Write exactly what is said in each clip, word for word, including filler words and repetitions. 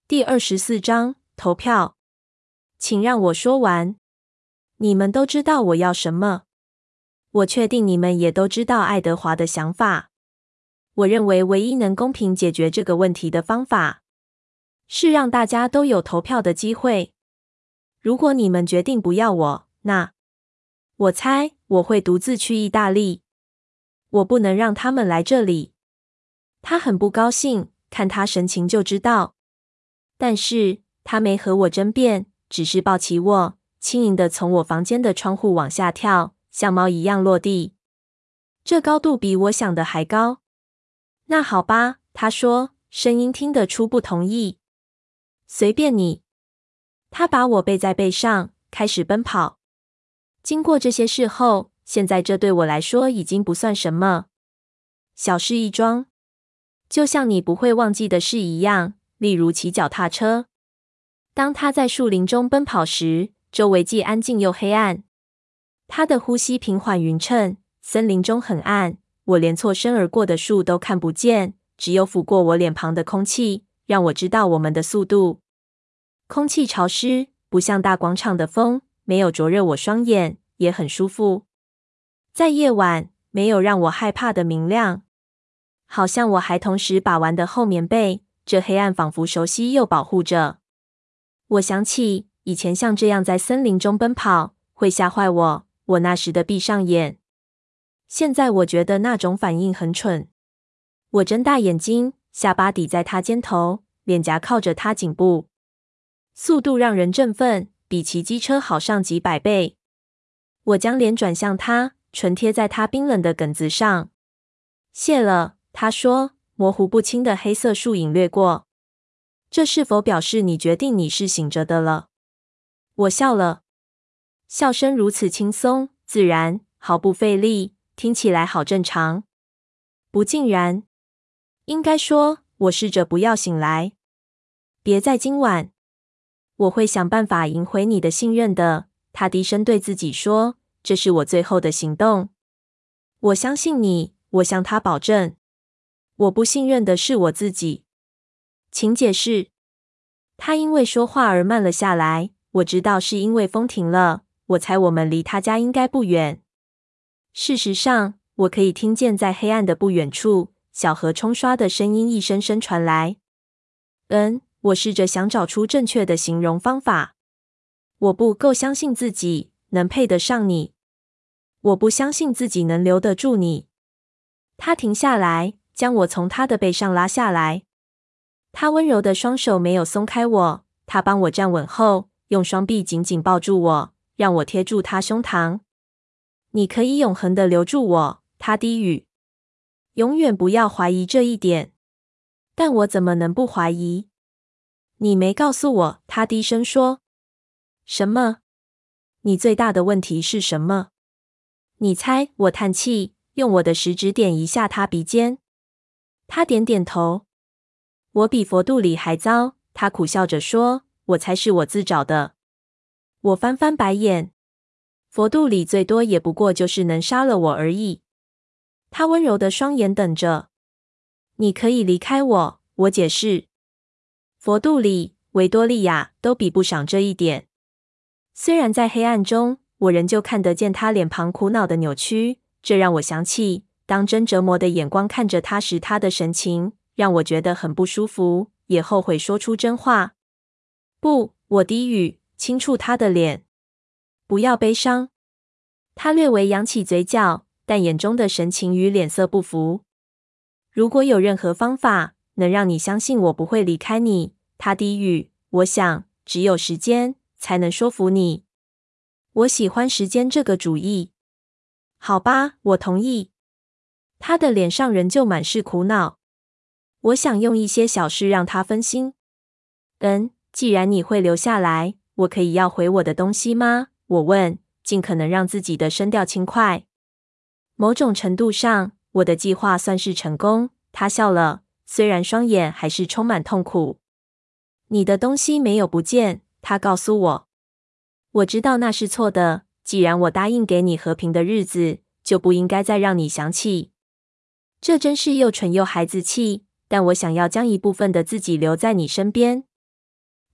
第二十四章投票。请让我说完。你们都知道我要什么。我确定你们也都知道爱德华的想法。我认为唯一能公平解决这个问题的方法，是让大家都有投票的机会。如果你们决定不要我，那我猜我会独自去意大利。我不能让他们来这里。他很不高兴，看他神情就知道。但是他没和我争辩，只是抱起我，轻盈地从我房间的窗户往下跳，像猫一样落地。这高度比我想的还高。那好吧，他说，声音听得出不同意。随便你。他把我背在背上，开始奔跑。经过这些事后，现在这对我来说已经不算什么。小事一桩。就像你不会忘记的事一样，例如骑脚踏车。当他在树林中奔跑时，周围既安静又黑暗。他的呼吸平缓匀称，森林中很暗，我连错身而过的树都看不见，只有拂过我脸庞的空气，让我知道我们的速度。空气潮湿，不像大广场的风，没有灼热我双眼，也很舒服。在夜晚，没有让我害怕的明亮。好像我孩童时把玩的厚棉被，这黑暗仿佛熟悉又保护着。我想起以前像这样在森林中奔跑，会吓坏我，我那时的闭上眼。现在我觉得那种反应很蠢。我睁大眼睛，下巴抵在他肩头，脸颊靠着他颈部。速度让人振奋，比骑机车好上几百倍。我将脸转向他，唇贴在他冰冷的梗子上。谢了。他说，模糊不清的黑色树影掠过。这是否表示你决定你是醒着的了？我笑了。笑声如此轻松、自然，毫不费力，听起来好正常。不尽然。应该说，我试着不要醒来。别在今晚。我会想办法赢回你的信任的，他低声对自己说，这是我最后的行动。我相信你，我向他保证。我不信任的是我自己。请解释。他因为说话而慢了下来，我知道是因为风停了，我猜我们离他家应该不远。事实上，我可以听见在黑暗的不远处，小河冲刷的声音一声声传来。嗯，我试着想找出正确的形容方法。我不够相信自己能配得上你。我不相信自己能留得住你。他停下来，将我从他的背上拉下来。他温柔的双手没有松开我，他帮我站稳后，用双臂紧紧抱住我，让我贴住他胸膛。你可以永恒的留住我，他低语。永远不要怀疑这一点。但我怎么能不怀疑？你没告诉我，他低声说。什么？你最大的问题是什么？你猜，我叹气，用我的食指点一下他鼻尖。他点点头。我比佛度里还糟，他苦笑着说，我猜是我自找的。我翻翻白眼。佛度里最多也不过就是能杀了我而已。他温柔的双眼等着。你可以离开我，我解释。佛度里、维多利亚都比不上这一点。虽然在黑暗中，我仍旧看得见他脸庞苦恼的扭曲，这让我想起当真折磨的眼光看着他时他的神情，让我觉得很不舒服，也后悔说出真话。不，我低语，轻触他的脸。不要悲伤。他略微扬起嘴角，但眼中的神情与脸色不符。如果有任何方法能让你相信我不会离开你，他低语，我想只有时间才能说服你。我喜欢时间这个主意。好吧，我同意。他的脸上仍旧满是苦恼。我想用一些小事让他分心。嗯，既然你会留下来，我可以要回我的东西吗？我问，尽可能让自己的声调轻快。某种程度上，我的计划算是成功。他笑了，虽然双眼还是充满痛苦。你的东西没有不见，他告诉我。我知道那是错的，既然我答应给你和平的日子，就不应该再让你想起。这真是又蠢又孩子气，但我想要将一部分的自己留在你身边。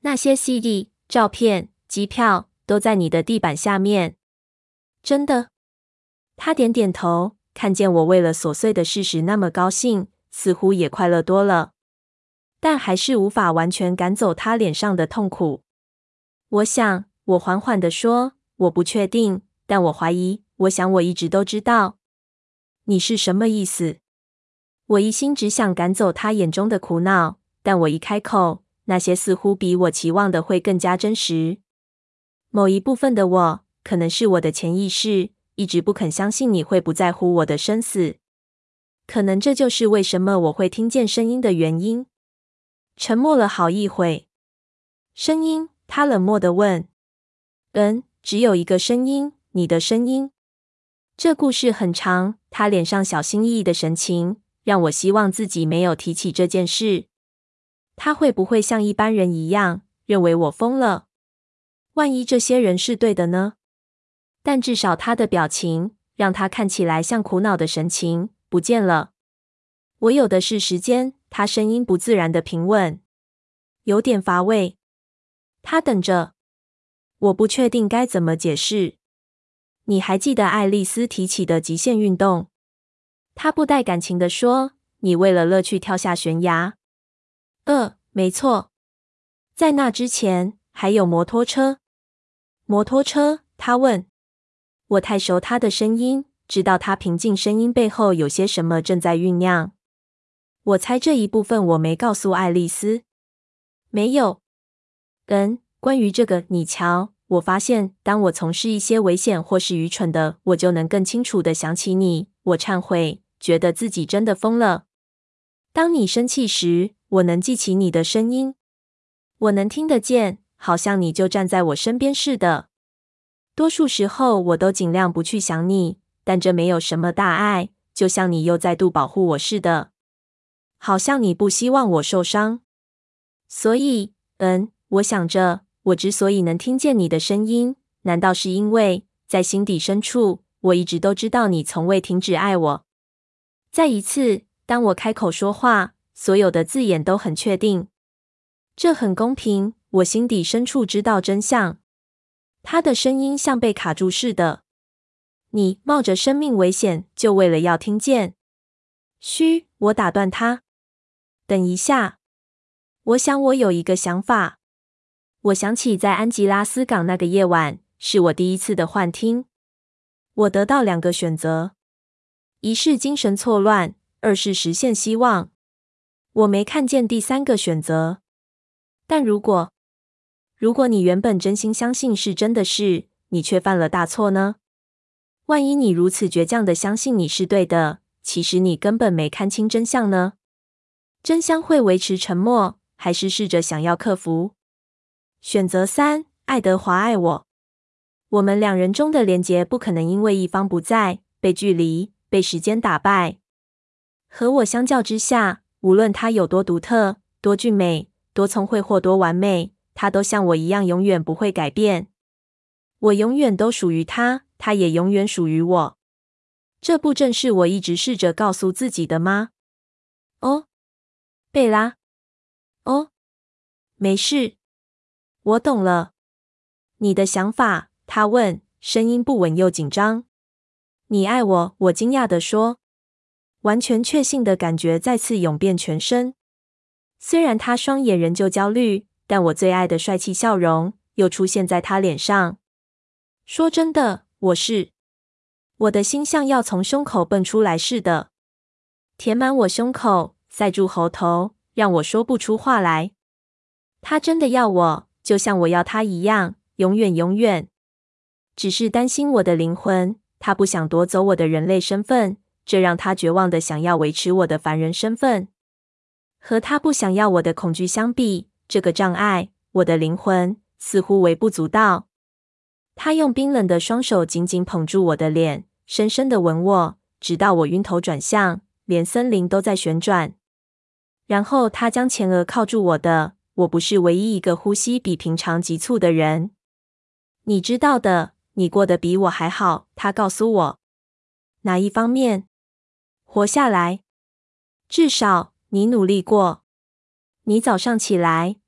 那些 C D、照片、机票都在你的地板下面。真的？他点点头，看见我为了琐碎的事实那么高兴，似乎也快乐多了。但还是无法完全赶走他脸上的痛苦。我想，我缓缓地说，我不确定，但我怀疑，我想我一直都知道。你是什么意思？我一心只想赶走他眼中的苦恼，但我一开口，那些似乎比我期望的会更加真实。某一部分的我，可能是我的潜意识，一直不肯相信你会不在乎我的生死。可能这就是为什么我会听见声音的原因。沉默了好一会。声音？他冷漠地问。嗯，只有一个声音，你的声音。这故事很长，他脸上小心翼翼的神情，让我希望自己没有提起这件事。他会不会像一般人一样，认为我疯了？万一这些人是对的呢？但至少他的表情，让他看起来像苦恼的神情，不见了。我有的是时间，他声音不自然的平稳，有点乏味。他等着。我不确定该怎么解释。你还记得爱丽丝提起的极限运动？他不带感情地说，你为了乐趣跳下悬崖。呃，没错。在那之前，还有摩托车。摩托车？他问。我太熟他的声音，知道他平静声音背后有些什么正在酝酿。我猜这一部分我没告诉爱丽丝。没有。嗯，关于这个，你瞧，我发现当我从事一些危险或是愚蠢的，我就能更清楚地想起你。我忏悔，觉得自己真的疯了。当你生气时，我能记起你的声音。我能听得见，好像你就站在我身边似的。多数时候我都尽量不去想你，但这没有什么大碍，就像你又再度保护我似的。好像你不希望我受伤。所以，嗯，我想着，我之所以能听见你的声音，难道是因为，在心底深处，我一直都知道你从未停止爱我。再一次，当我开口说话，所有的字眼都很确定。这很公平，我心底深处知道真相。他的声音像被卡住似的。你冒着生命危险，就为了要听见？嘘，我打断他。等一下，我想我有一个想法。我想起在安吉拉斯港那个夜晚，是我第一次的幻听。我得到两个选择，一是精神错乱，二是实现希望。我没看见第三个选择。但如果，如果你原本真心相信是真的事，你却犯了大错呢？万一你如此倔强地相信你是对的，其实你根本没看清真相呢？真相会维持沉默，还是试着想要克服？选择三，爱德华爱我。我们两人中的连结不可能因为一方不在，被距离、被时间打败。和我相较之下，无论他有多独特、多俊美、多聪慧或多完美，他都像我一样永远不会改变。我永远都属于他，他也永远属于我。这不正是我一直试着告诉自己的吗？哦，贝拉。哦，没事。我懂了。你的想法？他问，声音不稳又紧张。你爱我，我惊讶地说。完全确信的感觉再次涌遍全身。虽然他双眼仍旧焦虑，但我最爱的帅气笑容又出现在他脸上。说真的，我是……我的心像要从胸口蹦出来似的，填满我胸口，塞住喉头，让我说不出话来。他真的要我，就像我要他一样，永远永远。只是担心我的灵魂，他不想夺走我的人类身份，这让他绝望的想要维持我的凡人身份。和他不想要我的恐惧相比，这个障碍，我的灵魂，似乎微不足道。他用冰冷的双手紧紧捧住我的脸，深深的吻我，直到我晕头转向，连森林都在旋转。然后他将前额靠住我的，我不是唯一一个呼吸比平常急促的人。你知道的，你过得比我还好，他告诉我。哪一方面？活下来。至少，你努力过。你早上起来，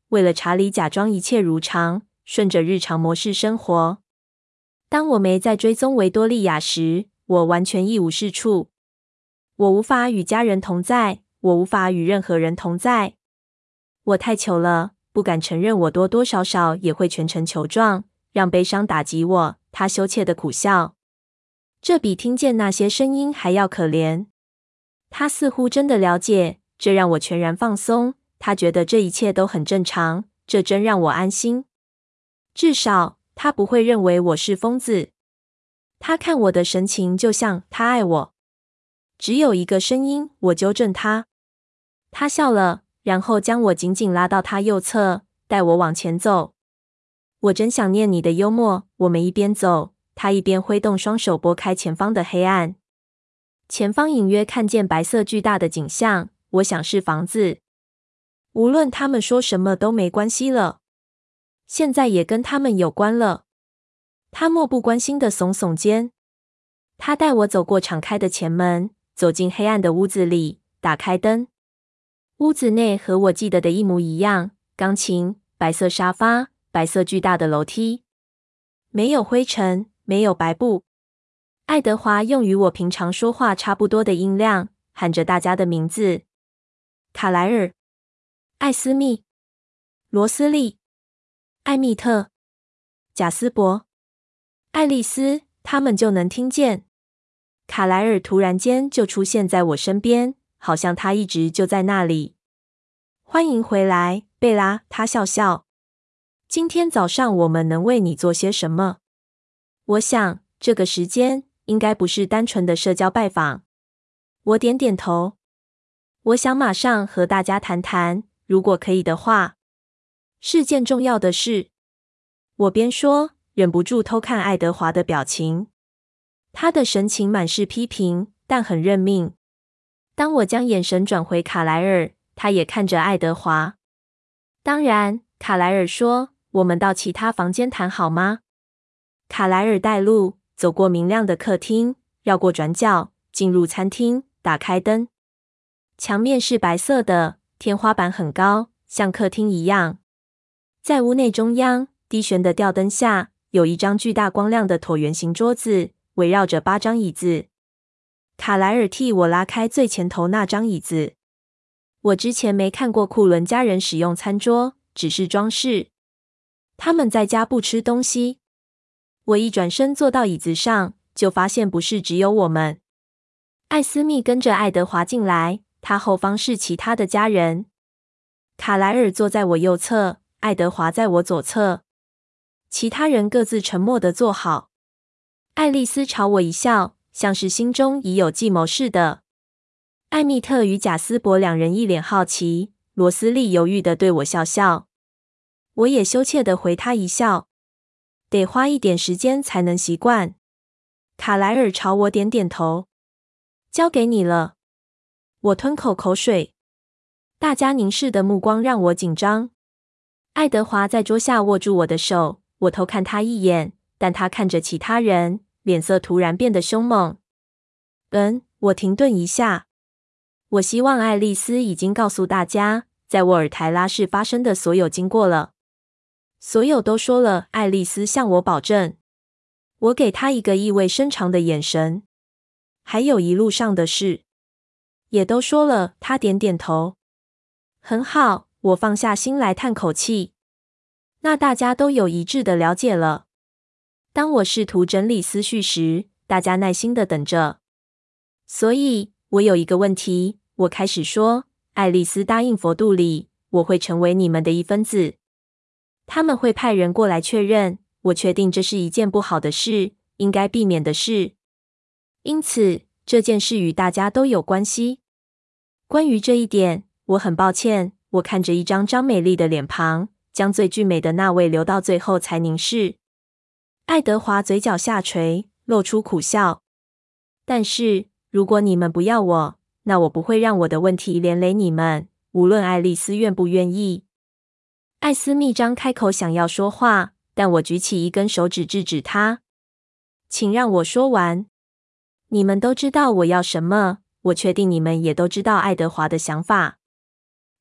为了查理假装一切如常，顺着日常模式生活。当我没在追踪维多利亚时，我完全一无是处。我无法与家人同在，我无法与任何人同在。我太糗了，不敢承认我多多少少也会全程球状，让悲伤打击我。他羞怯的苦笑，这比听见那些声音还要可怜。他似乎真的了解，这让我全然放松。他觉得这一切都很正常，这真让我安心。至少他不会认为我是疯子。他看我的神情就像他爱我。只有一个声音，我纠正他。他笑了，然后将我紧紧拉到他右侧，带我往前走。我真想念你的幽默。我们一边走，他一边挥动双手拨开前方的黑暗。前方隐约看见白色巨大的景象，我想是房子。无论他们说什么都没关系了，现在也跟他们有关了。他漠不关心地耸耸肩。他带我走过敞开的前门，走进黑暗的屋子里，打开灯。屋子内和我记得的一模一样，钢琴、白色沙发、白色巨大的楼梯。没有灰尘，没有白布。爱德华用与我平常说话差不多的音量，喊着大家的名字：卡莱尔、艾斯密、罗斯利、艾密特、贾斯伯、爱丽丝，他们就能听见。卡莱尔突然间就出现在我身边，好像他一直就在那里。欢迎回来，贝拉，他笑笑。今天早上我们能为你做些什么？我想，这个时间应该不是单纯的社交拜访。我点点头。我想马上和大家谈谈，如果可以的话。是件重要的事。我边说，忍不住偷看爱德华的表情。他的神情满是批评，但很认命。当我将眼神转回卡莱尔，他也看着爱德华。当然，卡莱尔说，我们到其他房间谈好吗？卡莱尔带路，走过明亮的客厅，绕过转角，进入餐厅，打开灯。墙面是白色的，天花板很高，像客厅一样。在屋内中央，低悬的吊灯下，有一张巨大光亮的椭圆形桌子，围绕着八张椅子。卡莱尔替我拉开最前头那张椅子。我之前没看过库伦家人使用餐桌，只是装饰。他们在家不吃东西。我一转身坐到椅子上，就发现不是只有我们。艾斯密跟着爱德华进来，他后方是其他的家人。卡莱尔坐在我右侧，爱德华在我左侧。其他人各自沉默地坐好。爱丽丝朝我一笑，像是心中已有计谋似的。艾密特与贾斯伯两人一脸好奇，罗斯利犹豫地对我笑笑。我也羞怯地回他一笑。得花一点时间才能习惯。卡莱尔朝我点点头。交给你了。我吞口口水。大家凝视的目光让我紧张。爱德华在桌下握住我的手，我偷看他一眼，但他看着其他人，脸色突然变得凶猛。嗯，我停顿一下。我希望爱丽丝已经告诉大家，在沃尔台拉市发生的所有经过了。所有都说了，爱丽丝向我保证。我给她一个意味深长的眼神。还有一路上的事，也都说了。她点点头。很好，我放下心来叹口气。那大家都有一致的了解了。当我试图整理思绪时，大家耐心地等着。所以，我有一个问题，我开始说，爱丽丝答应佛度里，我会成为你们的一分子。他们会派人过来确认，我确定这是一件不好的事，应该避免的事。因此，这件事与大家都有关系。关于这一点，我很抱歉，我看着一张张美丽的脸庞，将最俊美的那位留到最后才凝视。爱德华嘴角下垂，露出苦笑。但是，如果你们不要我，那我不会让我的问题连累你们，无论爱丽丝愿不愿意。艾斯密张开口想要说话，但我举起一根手指制止他。请让我说完。你们都知道我要什么，我确定你们也都知道爱德华的想法。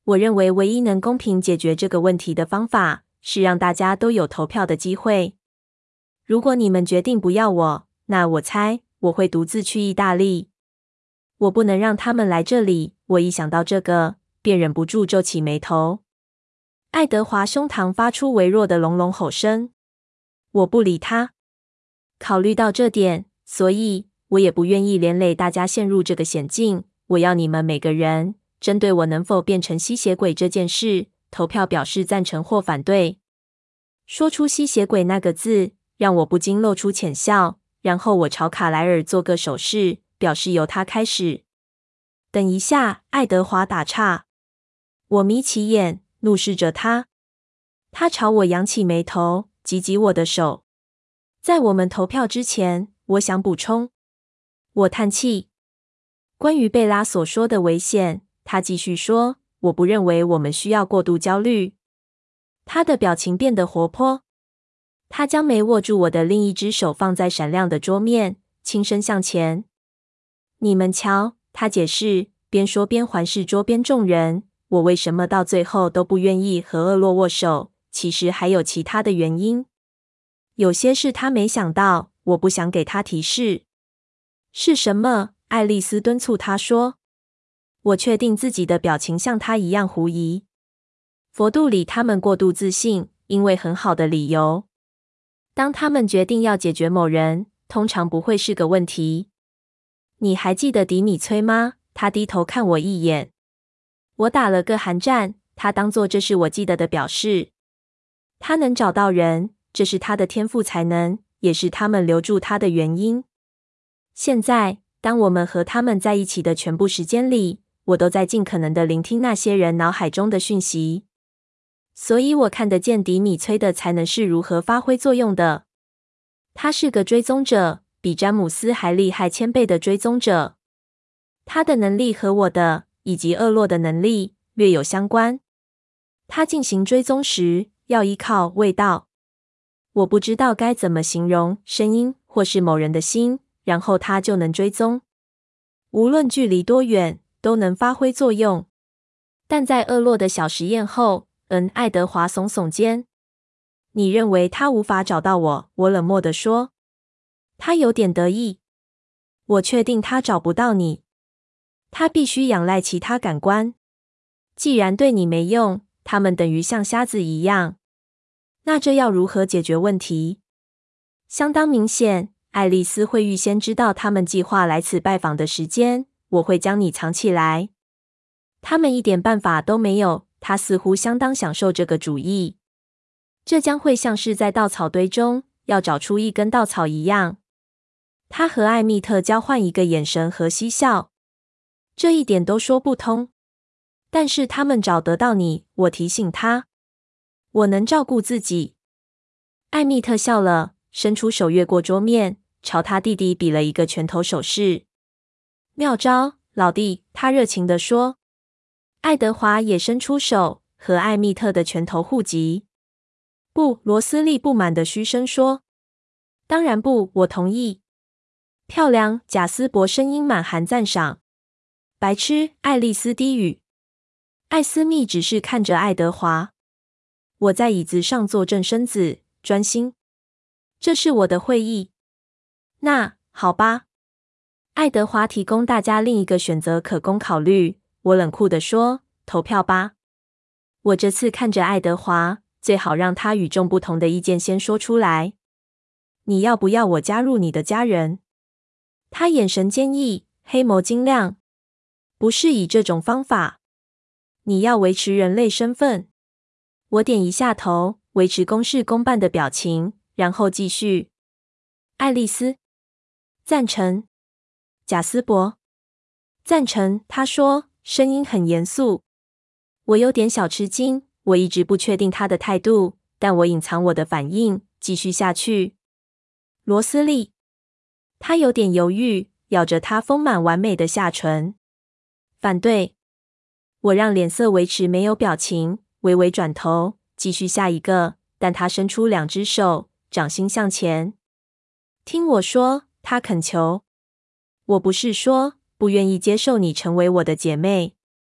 我认为唯一能公平解决这个问题的方法，是让大家都有投票的机会。如果你们决定不要我，那我猜我会独自去意大利。我不能让他们来这里。我一想到这个，便忍不住皱起眉头。爱德华胸膛发出微弱的隆隆吼声。我不理他。考虑到这点，所以我也不愿意连累大家陷入这个险境。我要你们每个人针对我能否变成吸血鬼这件事投票表示赞成或反对。说出吸血鬼那个字，让我不禁露出浅笑，然后我朝卡莱尔做个手势，表示由他开始。等一下，爱德华打岔。我眯起眼，怒视着他。他朝我扬起眉头，挤挤我的手。在我们投票之前，我想补充。我叹气。关于贝拉所说的危险，他继续说，我不认为我们需要过度焦虑。他的表情变得活泼。他将没握住我的另一只手放在闪亮的桌面，轻声向前。你们瞧，他解释，边说边环视桌边众人。我为什么到最后都不愿意和厄洛握手？其实还有其他的原因。有些事他没想到，我不想给他提示。是什么？爱丽丝敦促他说。我确定自己的表情像他一样狐疑。佛度里他们过度自信，因为很好的理由。当他们决定要解决某人，通常不会是个问题。你还记得迪米崔吗？他低头看我一眼。我打了个寒战，他当作这是我记得的表示。他能找到人，这是他的天赋才能，也是他们留住他的原因。现在，当我们和他们在一起的全部时间里，我都在尽可能的聆听那些人脑海中的讯息。所以我看得见迪米崔的才能是如何发挥作用的。他是个追踪者，比詹姆斯还厉害千倍的追踪者。他的能力和我的，以及厄洛的能力，略有相关。他进行追踪时，要依靠味道。我不知道该怎么形容声音，或是某人的心，然后他就能追踪。无论距离多远，都能发挥作用。但在厄洛的小实验后，嗯，爱德华耸耸肩。你认为他无法找到我？我冷漠地说。他有点得意。我确定他找不到你。他必须仰赖其他感官。既然对你没用，他们等于像瞎子一样。那这要如何解决问题？相当明显，爱丽丝会预先知道他们计划来此拜访的时间。我会将你藏起来。他们一点办法都没有。他似乎相当享受这个主意。这将会像是在稻草堆中要找出一根稻草一样。他和艾米特交换一个眼神和嬉笑。这一点都说不通。但是他们找得到你，我提醒他。我能照顾自己。艾米特笑了，伸出手越过桌面，朝他弟弟比了一个拳头手势。妙招，老弟，他热情地说。爱德华也伸出手，和艾米特的拳头互击。不，罗斯利不满的嘘声说。当然不，我同意。漂亮，贾斯伯声音满含赞赏。白痴，爱丽丝低语。艾斯密只是看着爱德华。我在椅子上坐正身子，专心。这是我的会议。那好吧。爱德华提供大家另一个选择可供考虑。我冷酷地说，投票吧。我这次看着爱德华，最好让他与众不同的意见先说出来。你要不要我加入你的家人？他眼神坚毅，黑眸晶亮。不是以这种方法。你要维持人类身份。我点一下头，维持公事公办的表情，然后继续。爱丽丝。赞成。贾斯伯。赞成，他说，声音很严肃。我有点小吃惊，我一直不确定他的态度，但我隐藏我的反应，继续下去。罗斯利。他有点犹豫，咬着他丰满完美的下唇。反对。我让脸色维持没有表情，微微转头，继续下一个，但他伸出两只手，掌心向前。听我说，他恳求。我不是说不愿意接受你成为我的姐妹。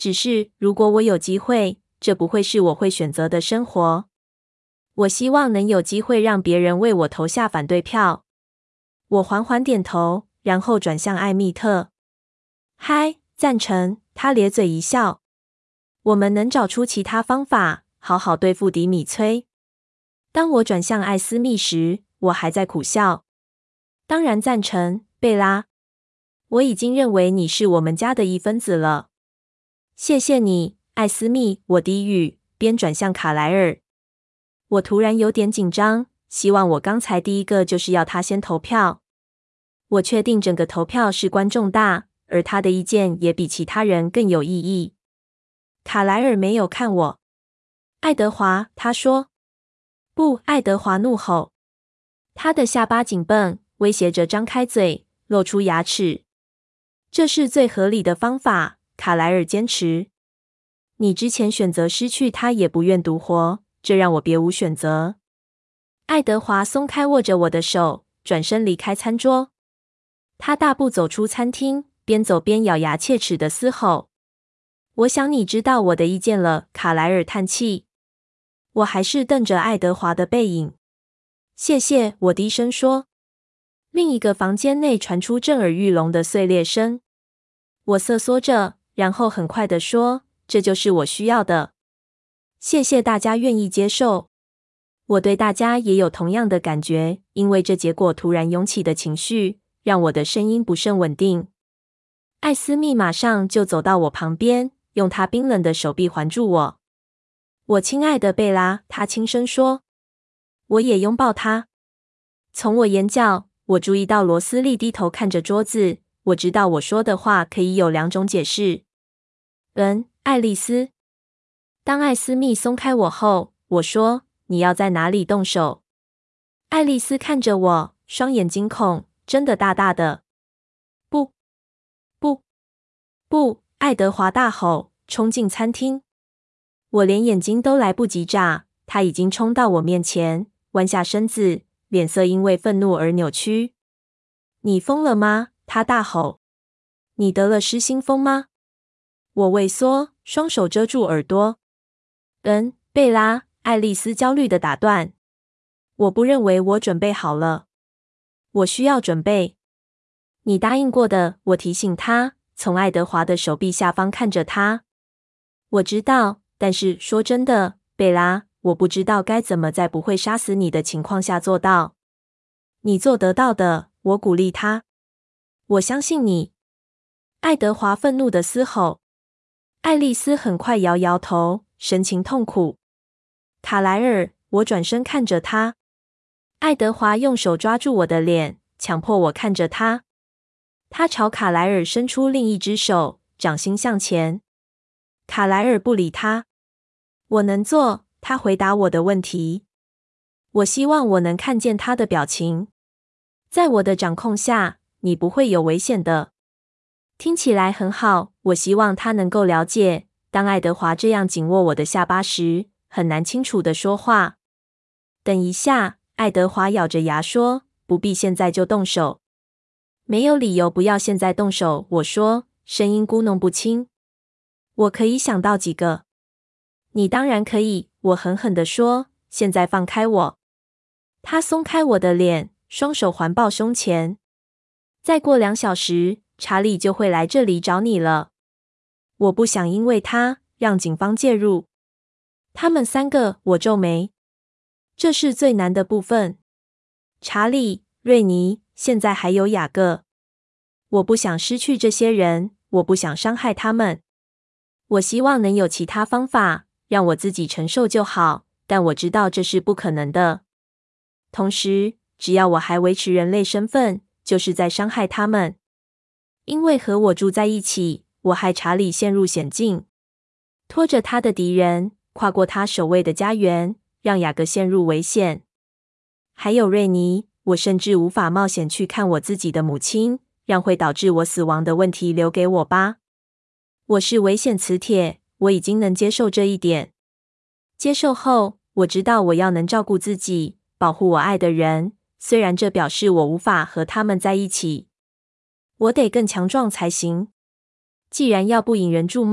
只是如果我有机会，这不会是我会选择的生活。我希望能有机会让别人为我投下反对票。我缓缓点头，然后转向艾密特。嗨，赞成。他咧嘴一笑。我们能找出其他方法，好好对付迪米崔。当我转向艾斯密时，我还在苦笑。当然赞成，贝拉。我已经认为你是我们家的一分子了。谢谢你，艾斯密。我低语，边转向卡莱尔。我突然有点紧张，希望我刚才第一个就是要他先投票。我确定整个投票事关重大，而他的意见也比其他人更有意义。卡莱尔没有看我。爱德华，他说。不，爱德华怒吼。他的下巴紧绷，威胁着张开嘴，露出牙齿。这是最合理的方法，卡莱尔坚持。你之前选择失去他也不愿独活，这让我别无选择。爱德华松开握着我的手，转身离开餐桌。他大步走出餐厅，边走边咬牙切齿的嘶吼。我想你知道我的意见了，卡莱尔叹气。我还是瞪着爱德华的背影。谢谢，我低声说。另一个房间内传出震耳欲聋的碎裂声。我瑟缩着，然后很快地说：“这就是我需要的。谢谢大家愿意接受。我对大家也有同样的感觉，因为这结果突然涌起的情绪，让我的声音不甚稳定。”艾斯密马上就走到我旁边，用他冰冷的手臂环住我。我亲爱的贝拉，他轻声说。我也拥抱他。从我眼角，我注意到罗斯利低头看着桌子。我知道我说的话可以有两种解释。嗯，爱丽丝。当艾斯密松开我后，我说：“你要在哪里动手？”爱丽丝看着我，双眼惊恐，睁得大大的。不，不，不！爱德华大吼，冲进餐厅。我连眼睛都来不及眨，他已经冲到我面前，弯下身子，脸色因为愤怒而扭曲。你疯了吗？他大吼。你得了失心疯吗？我畏缩，双手遮住耳朵。嗯，贝拉，爱丽丝焦虑地打断。我不认为我准备好了。我需要准备。你答应过的，我提醒他，从爱德华的手臂下方看着他。我知道，但是说真的，贝拉，我不知道该怎么在不会杀死你的情况下做到。你做得到的，我鼓励他。我相信你。爱德华愤怒地嘶吼。爱丽丝很快摇摇头，神情痛苦。卡莱尔，我转身看着他。爱德华用手抓住我的脸，强迫我看着他。他朝卡莱尔伸出另一只手，掌心向前。卡莱尔不理他。我能做，他回答我的问题。我希望我能看见他的表情。在我的掌控下，你不会有危险的。听起来很好，我希望他能够了解，当爱德华这样紧握我的下巴时，很难清楚地说话。等一下，爱德华咬着牙说，不必现在就动手。没有理由不要现在动手，我说，声音咕哝不清。我可以想到几个。你当然可以，我狠狠地说，现在放开我。他松开我的脸，双手环抱胸前。再过两小时，查理就会来这里找你了。我不想因为他让警方介入。他们三个，我皱眉。这是最难的部分。查理、瑞尼，现在还有雅各。我不想失去这些人，我不想伤害他们。我希望能有其他方法，让我自己承受就好，但我知道这是不可能的。同时，只要我还维持人类身份，就是在伤害他们。因为和我住在一起，我害查理陷入险境，拖着他的敌人，跨过他守卫的家园，让雅各陷入危险。还有瑞尼，我甚至无法冒险去看我自己的母亲，让会导致我死亡的问题留给我吧。我是危险磁铁，我已经能接受这一点。接受后，我知道我要能照顾自己，保护我爱的人，虽然这表示我无法和他们在一起。我得更强壮才行。既然要不引人注目，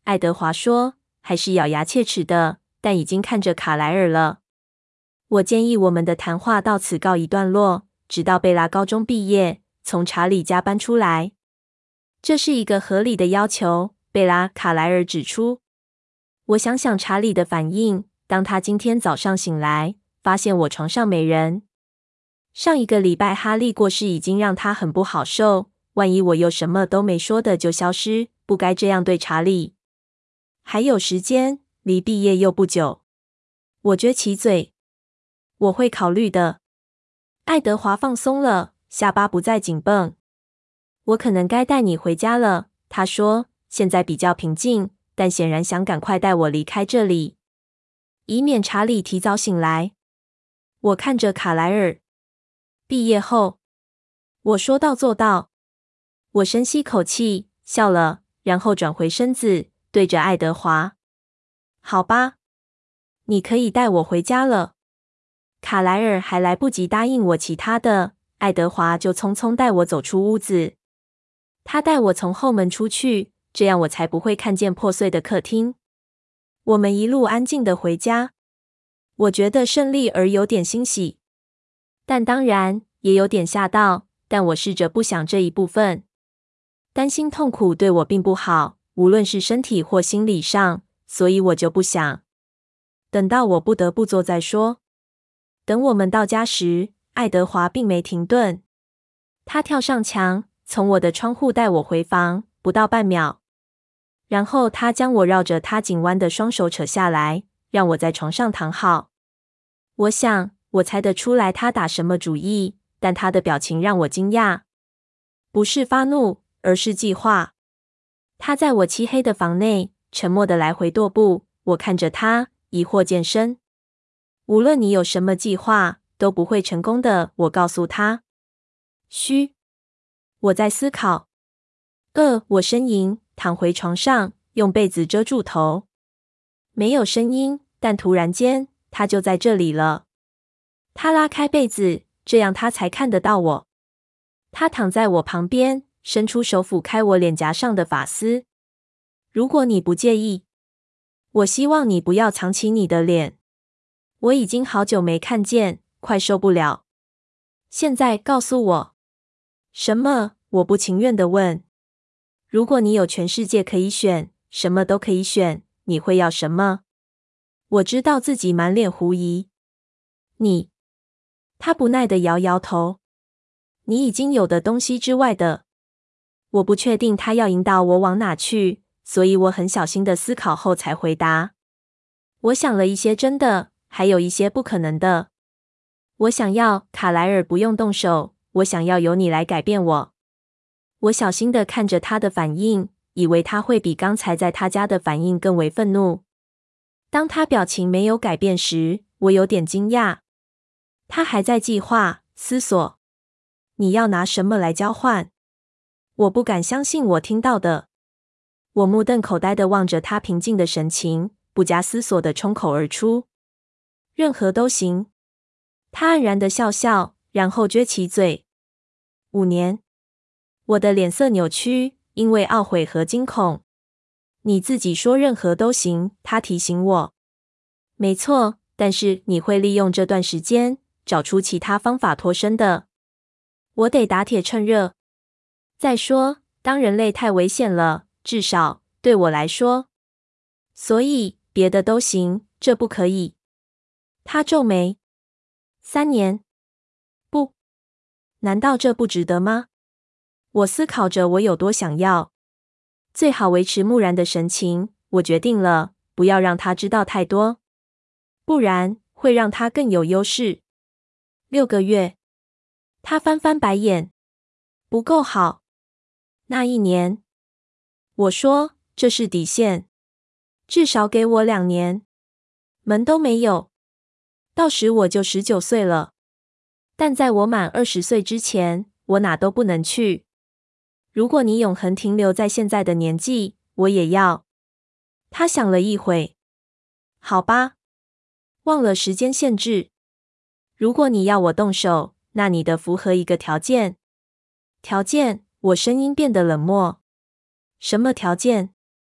爱德华说，还是咬牙切齿的，但已经看着卡莱尔了。我建议我们的谈话到此告一段落，直到贝拉高中毕业，从查理家搬出来。这是一个合理的要求，贝拉·卡莱尔指出。我想想查理的反应，当他今天早上醒来，发现我床上没人。上一个礼拜哈利过世已经让他很不好受，万一我又什么都没说的就消失，不该这样对查理。还有时间，离毕业又不久。我撅起嘴。我会考虑的。爱德华放松了，下巴不再紧绷。我可能该带你回家了，他说，现在比较平静，但显然想赶快带我离开这里，以免查理提早醒来。我看着卡莱尔。毕业后，我说到做到。我深吸口气，笑了，然后转回身子，对着爱德华。好吧，你可以带我回家了。卡莱尔还来不及答应我其他的，爱德华就匆匆带我走出屋子。他带我从后门出去，这样我才不会看见破碎的客厅。我们一路安静的回家。我觉得胜利而有点欣喜，但当然也有点吓到，但我试着不想这一部分。担心痛苦对我并不好，无论是身体或心理上，所以我就不想。等到我不得不做再说。等我们到家时，爱德华并没停顿。他跳上墙，从我的窗户带我回房，不到半秒。然后他将我绕着他紧弯的双手扯下来，让我在床上躺好。我想，我猜得出来他打什么主意，但他的表情让我惊讶。不是发怒，而是计划。他在我漆黑的房内，沉默地来回踱步，我看着他，疑惑渐深。无论你有什么计划，都不会成功的，我告诉他。嘘，我在思考。呃，我呻吟，躺回床上，用被子遮住头。没有声音，但突然间，他就在这里了。他拉开被子，这样他才看得到我。他躺在我旁边，伸出手抚开我脸颊上的发丝。如果你不介意，我希望你不要藏起你的脸。我已经好久没看见，快受不了。现在告诉我。什么？我不情愿地问。如果你有全世界可以选，什么都可以选，你会要什么？我知道自己满脸狐疑。你。他不耐地摇摇头。你已经有的东西之外的。我不确定他要引导我往哪去，所以我很小心的思考后才回答。我想了一些真的，还有一些不可能的。我想要卡莱尔不用动手，我想要由你来改变我。我小心地看着他的反应，以为他会比刚才在他家的反应更为愤怒。当他表情没有改变时，我有点惊讶。他还在计划、思索。你要拿什么来交换？我不敢相信我听到的。我目瞪口呆地望着他平静的神情，不加思索地冲口而出。任何都行。他黯然地笑笑，然后撅起嘴。五年。我的脸色扭曲，因为懊悔和惊恐。你自己说任何都行，他提醒我。没错，但是你会利用这段时间，找出其他方法脱身的。我得打铁趁热。再说，当人类太危险了，至少对我来说。所以，别的都行，这不可以。他皱眉。三年。不。难道这不值得吗？我思考着我有多想要。最好维持木然的神情，我决定了，不要让他知道太多。不然，会让他更有优势。六个月。他翻翻白眼。不够好。那一年。我说，这是底线。至少给我两年。门都没有。到时我就十九岁了。但在我满二十岁之前，我哪都不能去。如果你永恒停留在现在的年纪，我也要。他想了一会。好吧。忘了时间限制。如果你要我动手，那你得符合一个条件。条件？我声音变得冷漠。什么条件？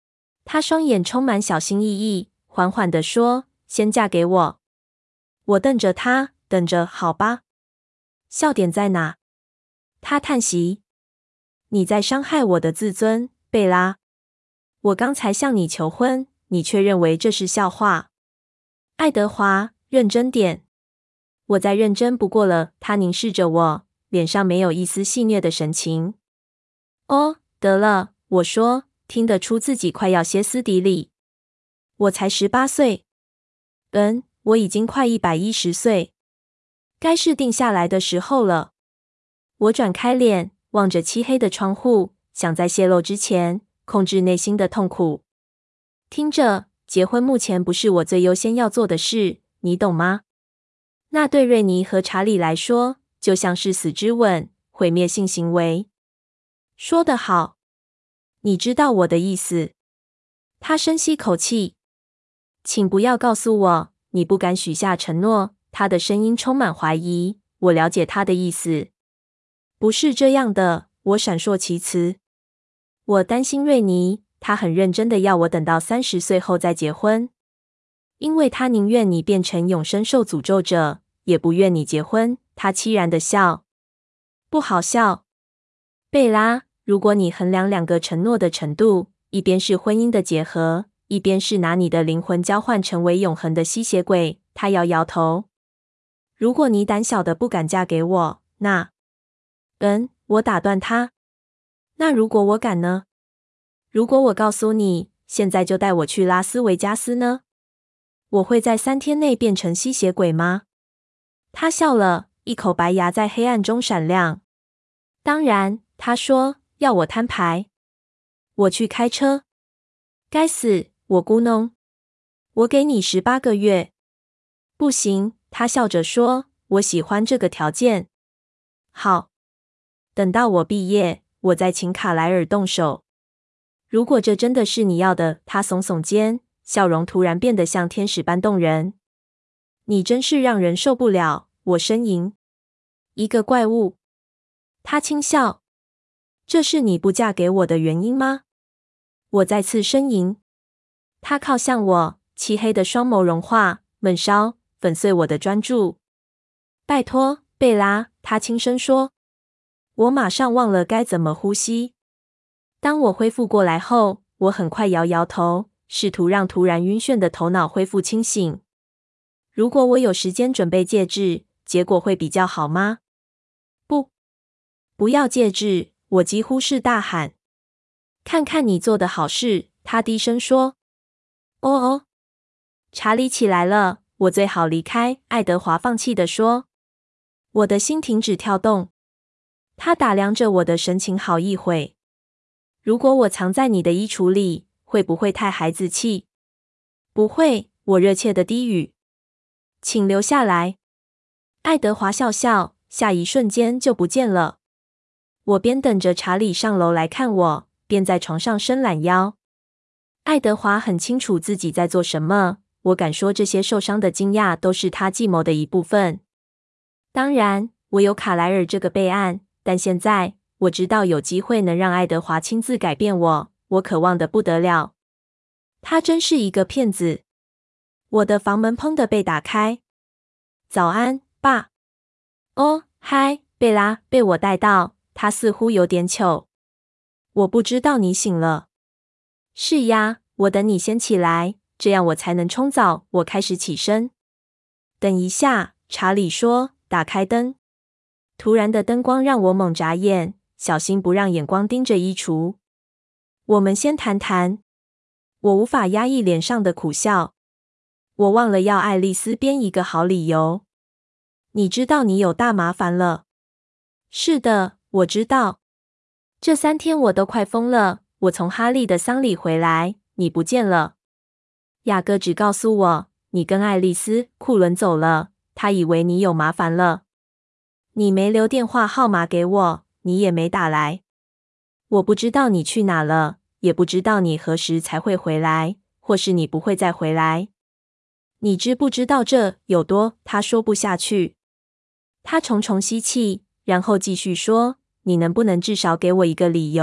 他双眼充满小心翼翼，缓缓地说：“先嫁给我。”我瞪着他，等着，好吧。笑点在哪？他叹息：“你在伤害我的自尊，贝拉。我刚才向你求婚，你却认为这是笑话。”爱德华，认真点。我再认真不过了。他凝视着我，脸上没有一丝戏谑的神情。哦，得了，我说，听得出自己快要歇斯底里。我才十八岁。嗯，我已经快一百一十岁。该是定下来的时候了。我转开脸，望着漆黑的窗户，想在泄露之前控制内心的痛苦。听着，结婚目前不是我最优先要做的事，你懂吗？那对瑞尼和查理来说，就像是死之吻，毁灭性行为。说得好，你知道我的意思。他深吸口气，请不要告诉我你不敢许下承诺。他的声音充满怀疑。我了解他的意思。不是这样的，我闪烁其词。我担心瑞尼，他很认真的要我等到三十岁后再结婚，因为他宁愿你变成永生受诅咒者，也不愿你结婚。他凄然的笑。不好笑，贝拉，如果你衡量两个承诺的程度，一边是婚姻的结合，一边是拿你的灵魂交换成为永恒的吸血鬼。他摇摇头。如果你胆小的不敢嫁给我，那……嗯，我打断他。那如果我敢呢？如果我告诉你，现在就带我去拉斯维加斯呢？我会在三天内变成吸血鬼吗？他笑了，一口白牙在黑暗中闪亮。当然，他说，要我摊牌。我去开车。该死，我咕哝。我给你十八个月。不行，他笑着说，我喜欢这个条件。好，等到我毕业，我再请卡莱尔动手。如果这真的是你要的，他耸耸肩，笑容突然变得像天使般动人。你真是让人受不了，我呻吟。一个怪物。他轻笑。这是你不嫁给我的原因吗？我再次呻吟。他靠向我，漆黑的双眸融化，闷烧，粉碎我的专注。拜托，贝拉，他轻声说。我马上忘了该怎么呼吸。当我恢复过来后，我很快摇摇头，试图让突然晕眩的头脑恢复清醒。如果我有时间准备戒指，结果会比较好吗？不，不要戒指，我几乎是大喊。看看你做的好事，他低声说。哦哦，查理起来了，我最好离开，爱德华放弃地说。我的心停止跳动。他打量着我的神情好一会。如果我藏在你的衣橱里，会不会太孩子气？不会，我热切的低语。请留下来。爱德华笑笑，下一瞬间就不见了。我边等着查理上楼来看我，边在床上伸懒腰。爱德华很清楚自己在做什么，我敢说这些受伤的惊讶都是他计谋的一部分。当然，我有卡莱尔这个备案，但现在我知道有机会能让爱德华亲自改变我，我渴望的不得了。他真是一个骗子。我的房门砰的被打开。早安，爸。哦，嗨，贝拉，被我带到，他似乎有点糗。我不知道你醒了。是呀，我等你先起来，这样我才能冲澡。我开始起身。等一下，查理说，打开灯。突然的灯光让我猛眨眼，小心不让眼光盯着衣橱。我们先谈谈。我无法压抑脸上的苦笑。我忘了要爱丽丝编一个好理由。你知道你有大麻烦了。是的，我知道。这三天我都快疯了。我从哈利的丧礼回来，你不见了。雅各只告诉我，你跟爱丽丝·库伦走了，他以为你有麻烦了。你没留电话号码给我，你也没打来。我不知道你去哪了，也不知道你何时才会回来，或是你不会再回来。你知不知道这有多……他说不下去。他重重吸气，然后继续说，你能不能至少给我一个理由？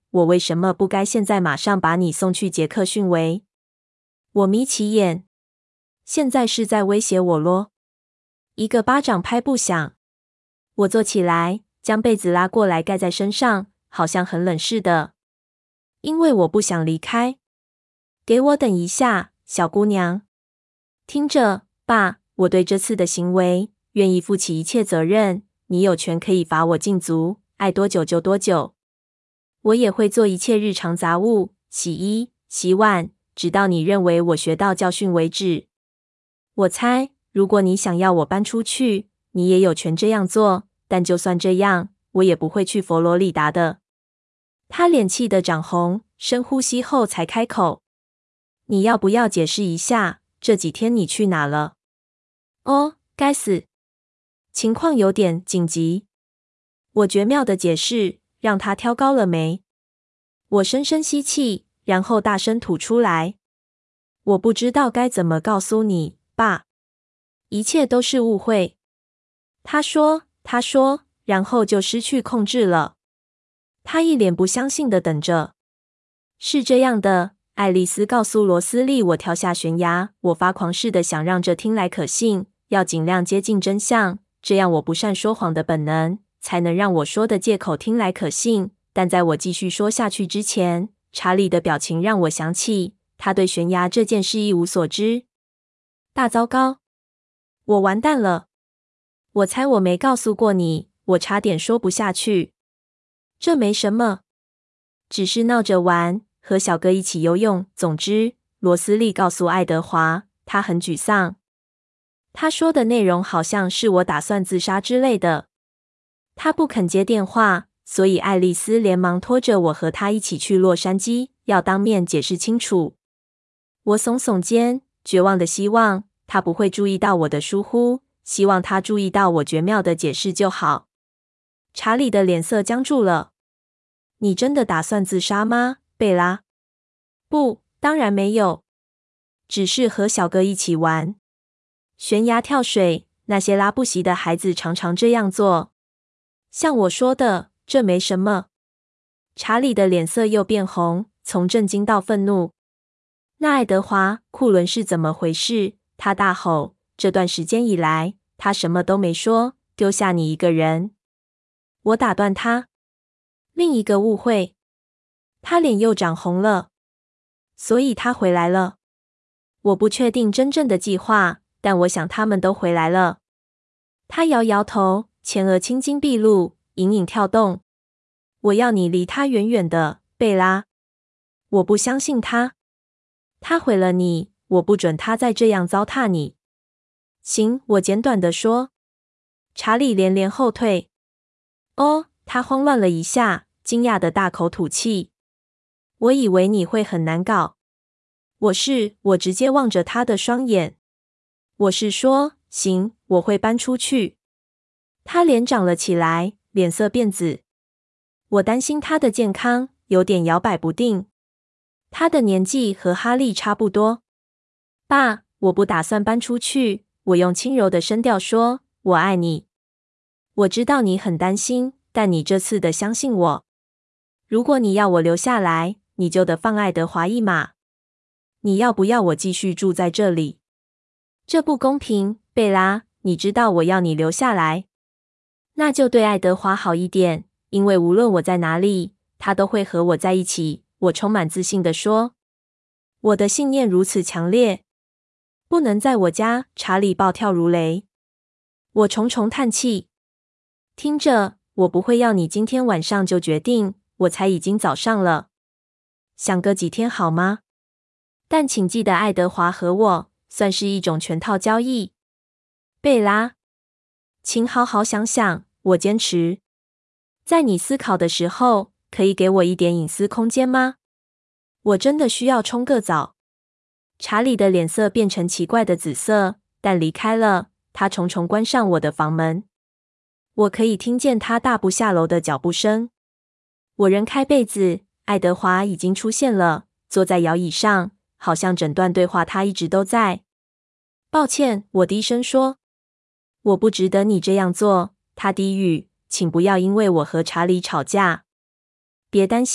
我为什么不该现在马上把你送去杰克逊维？我眯起眼，现在是在威胁我咯？一个巴掌拍不响。我坐起来，将被子拉过来盖在身上，好像很冷似的。因为我不想离开。给我等一下，小姑娘。听着，爸，我对这次的行为愿意负起一切责任。你有权可以罚我禁足，爱多久就多久。我也会做一切日常杂物，洗衣、洗碗，直到你认为我学到教训为止。我猜，如果你想要我搬出去，你也有权这样做，但就算这样，我也不会去佛罗里达的。他脸气得涨红，深呼吸后才开口：你要不要解释一下，这几天你去哪了？哦，该死！情况有点紧急。我绝妙的解释让他挑高了眉。我深深吸气，然后大声吐出来。我不知道该怎么告诉你，爸。一切都是误会。他说，他说，然后就失去控制了。他一脸不相信的等着。是这样的，爱丽丝告诉罗斯利我跳下悬崖，我发狂似的想让这听来可信，要尽量接近真相，这样我不善说谎的本能才能让我说的借口听来可信。但在我继续说下去之前，查理的表情让我想起他对悬崖这件事一无所知。大糟糕，我完蛋了。我猜我没告诉过你，我差点说不下去。这没什么，只是闹着玩，和小哥一起游泳。总之，罗斯利告诉爱德华，他很沮丧。他说的内容好像是我打算自杀之类的。他不肯接电话，所以爱丽丝连忙拖着我和他一起去洛杉矶，要当面解释清楚。我耸耸肩，绝望的希望他不会注意到我的疏忽，希望他注意到我绝妙的解释就好。查理的脸色僵住了。你真的打算自杀吗，贝拉？不，当然没有，只是和小哥一起玩。悬崖跳水，那些拉布席的孩子常常这样做。像我说的，这没什么。查理的脸色又变红，从震惊到愤怒。那爱德华·库伦是怎么回事？他大吼。这段时间以来，他什么都没说，丢下你一个人。我打断他。另一个误会。他脸又涨红了。所以他回来了。我不确定真正的计划，但我想他们都回来了。他摇摇头，前额青筋毕露，隐隐跳动。我要你离他远远的，贝拉。我不相信他。他毁了你，我不准他再这样糟蹋你。行，我简短地说。查理连连后退。哦，他慌乱了一下，惊讶的大口吐气。我以为你会很难搞。我是，我直接望着他的双眼。我是说，行，我会搬出去。他脸长了起来，脸色变紫。我担心他的健康，有点摇摆不定。他的年纪和哈利差不多。爸，我不打算搬出去。我用轻柔的声调说，我爱你。我知道你很担心，但你这次得相信我。如果你要我留下来，你就得放爱德华一马。你要不要我继续住在这里？这不公平，贝拉，你知道我要你留下来。那就对爱德华好一点，因为无论我在哪里，他都会和我在一起。我充满自信地说。我的信念如此强烈。不能在我家，查理暴跳如雷。我重重叹气。听着，我不会要你今天晚上就决定，我才已经早上了。想个几天好吗？但请记得爱德华和我算是一种全套交易。贝拉，请好好想想，我坚持。在你思考的时候，可以给我一点隐私空间吗？我真的需要冲个澡。查理的脸色变成奇怪的紫色，但离开了。他重重关上我的房门。我可以听见他大步下楼的脚步声。我扔开被子，爱德华已经出现了，坐在摇椅上，好像整段对话他一直都在。抱歉，我低声说。我不值得你这样做，他低语，请不要因为我和查理吵架。别担心，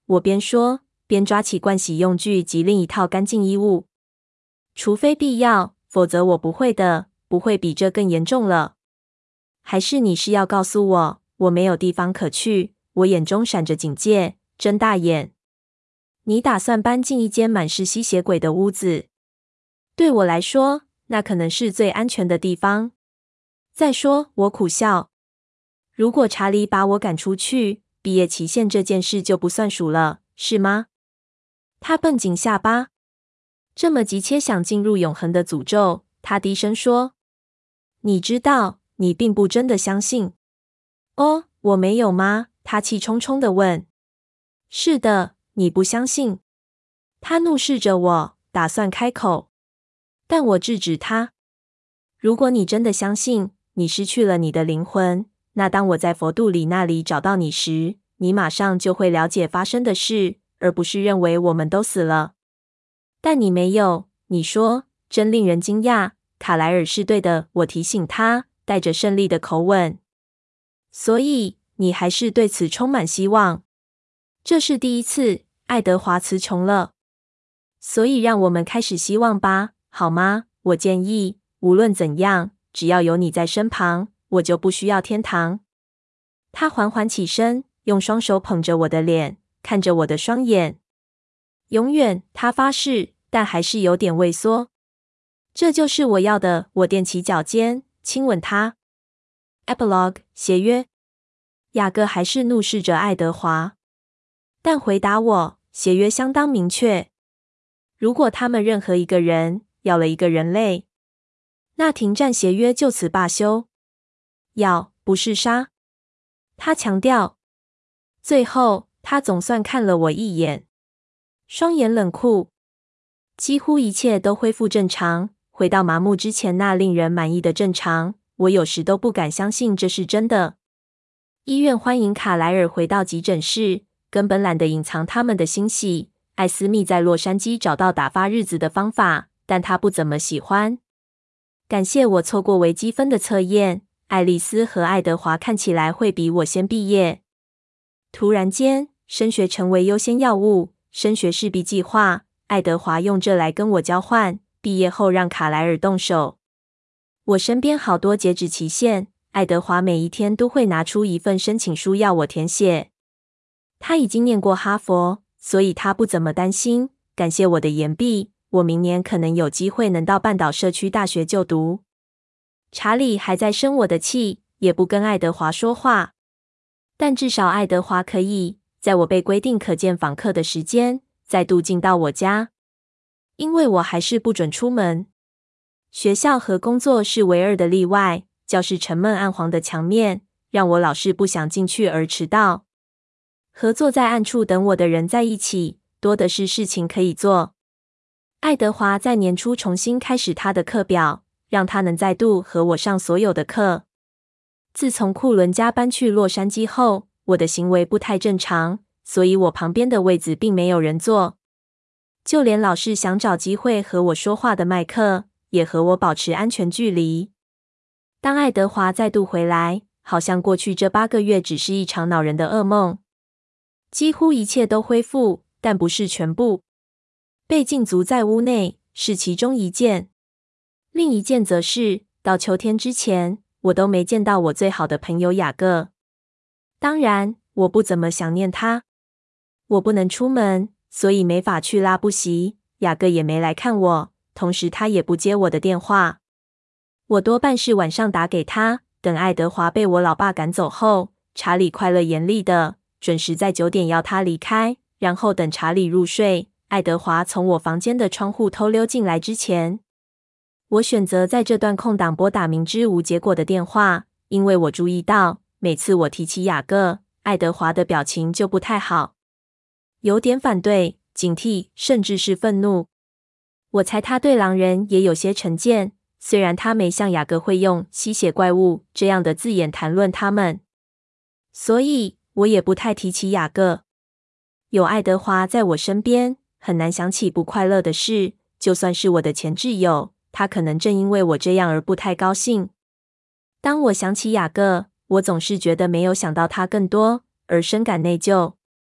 我边说边抓起盥洗用具及另一套干净衣物。除非必要，否则我不会的，不会比这更严重了。还是你是要告诉我，我没有地方可去？我眼中闪着警戒，睁大眼。你打算搬进一间满是吸血鬼的屋子？对我来说，那可能是最安全的地方。再说，我苦笑。如果查理把我赶出去，毕业期限这件事就不算数了，是吗？他绷紧下巴。这么急切想进入永恒的诅咒，他低声说：“你知道，你并不真的相信。”哦，我没有吗？他气冲冲地问。是的，你不相信。他怒视着我，打算开口，但我制止他。如果你真的相信，你失去了你的灵魂，那当我在佛度里那里找到你时，你马上就会了解发生的事，而不是认为我们都死了。但你没有，你说，真令人惊讶。卡莱尔是对的，我提醒他，带着胜利的口吻。所以，你还是对此充满希望。这是第一次，爱德华词穷了。所以让我们开始希望吧，好吗？我建议，无论怎样，只要有你在身旁，我就不需要天堂。他缓缓起身，用双手捧着我的脸，看着我的双眼。永远，他发誓，但还是有点畏缩。这就是我要的，我踮起脚尖，亲吻他。Epilogue 协约。雅各还是怒视着爱德华，但回答我，协约相当明确。如果他们任何一个人咬了一个人类，那停战协约就此罢休。咬，不是杀，他强调。最后，他总算看了我一眼，双眼冷酷。几乎一切都恢复正常，回到麻木之前那令人满意的正常。我有时都不敢相信这是真的。医院欢迎卡莱尔回到急诊室，根本懒得隐藏他们的欣喜。艾斯密在洛杉矶找到打发日子的方法，但他不怎么喜欢。感谢我错过微积分的测验，爱丽丝和爱德华看起来会比我先毕业。突然间，升学成为优先要务，升学势必计划。爱德华用这来跟我交换，毕业后让卡莱尔动手。我身边好多截止期限，爱德华每一天都会拿出一份申请书要我填写。他已经念过哈佛，所以他不怎么担心。感谢我的延毕，我明年可能有机会能到半岛社区大学就读。查理还在生我的气，也不跟爱德华说话。但至少爱德华可以在我被规定可见访客的时间再度进到我家，因为我还是不准出门。学校和工作是唯二的例外，教室沉闷暗黄的墙面让我老是不想进去而迟到。和坐在暗处等我的人在一起，多的是事情可以做。爱德华在年初重新开始他的课表，让他能再度和我上所有的课。自从库伦家搬去洛杉矶后，我的行为不太正常，所以我旁边的位子并没有人坐。就连老是想找机会和我说话的麦克，也和我保持安全距离。当爱德华再度回来，好像过去这八个月只是一场恼人的噩梦。几乎一切都恢复，但不是全部。被禁足在屋内是其中一件，另一件则是到秋天之前，我都没见到我最好的朋友雅各。当然，我不怎么想念他。我不能出门，所以没法去拉布席。雅各也没来看我，同时他也不接我的电话。我多半是晚上打给他，等爱德华被我老爸赶走后，查理快乐严厉的准时在九点要他离开，然后等查理入睡，爱德华从我房间的窗户偷溜进来之前。我选择在这段空档拨打明知无结果的电话，因为我注意到每次我提起雅各，爱德华的表情就不太好，有点反对、警惕，甚至是愤怒。我猜他对狼人也有些成见，虽然他没像雅各会用吸血怪物这样的字眼谈论他们，所以我也不太提起雅各。有爱德华在我身边，很难想起不快乐的事，就算是我的前挚友，他可能正因为我这样而不太高兴。当我想起雅各，我总是觉得没有想到他更多，而深感内疚。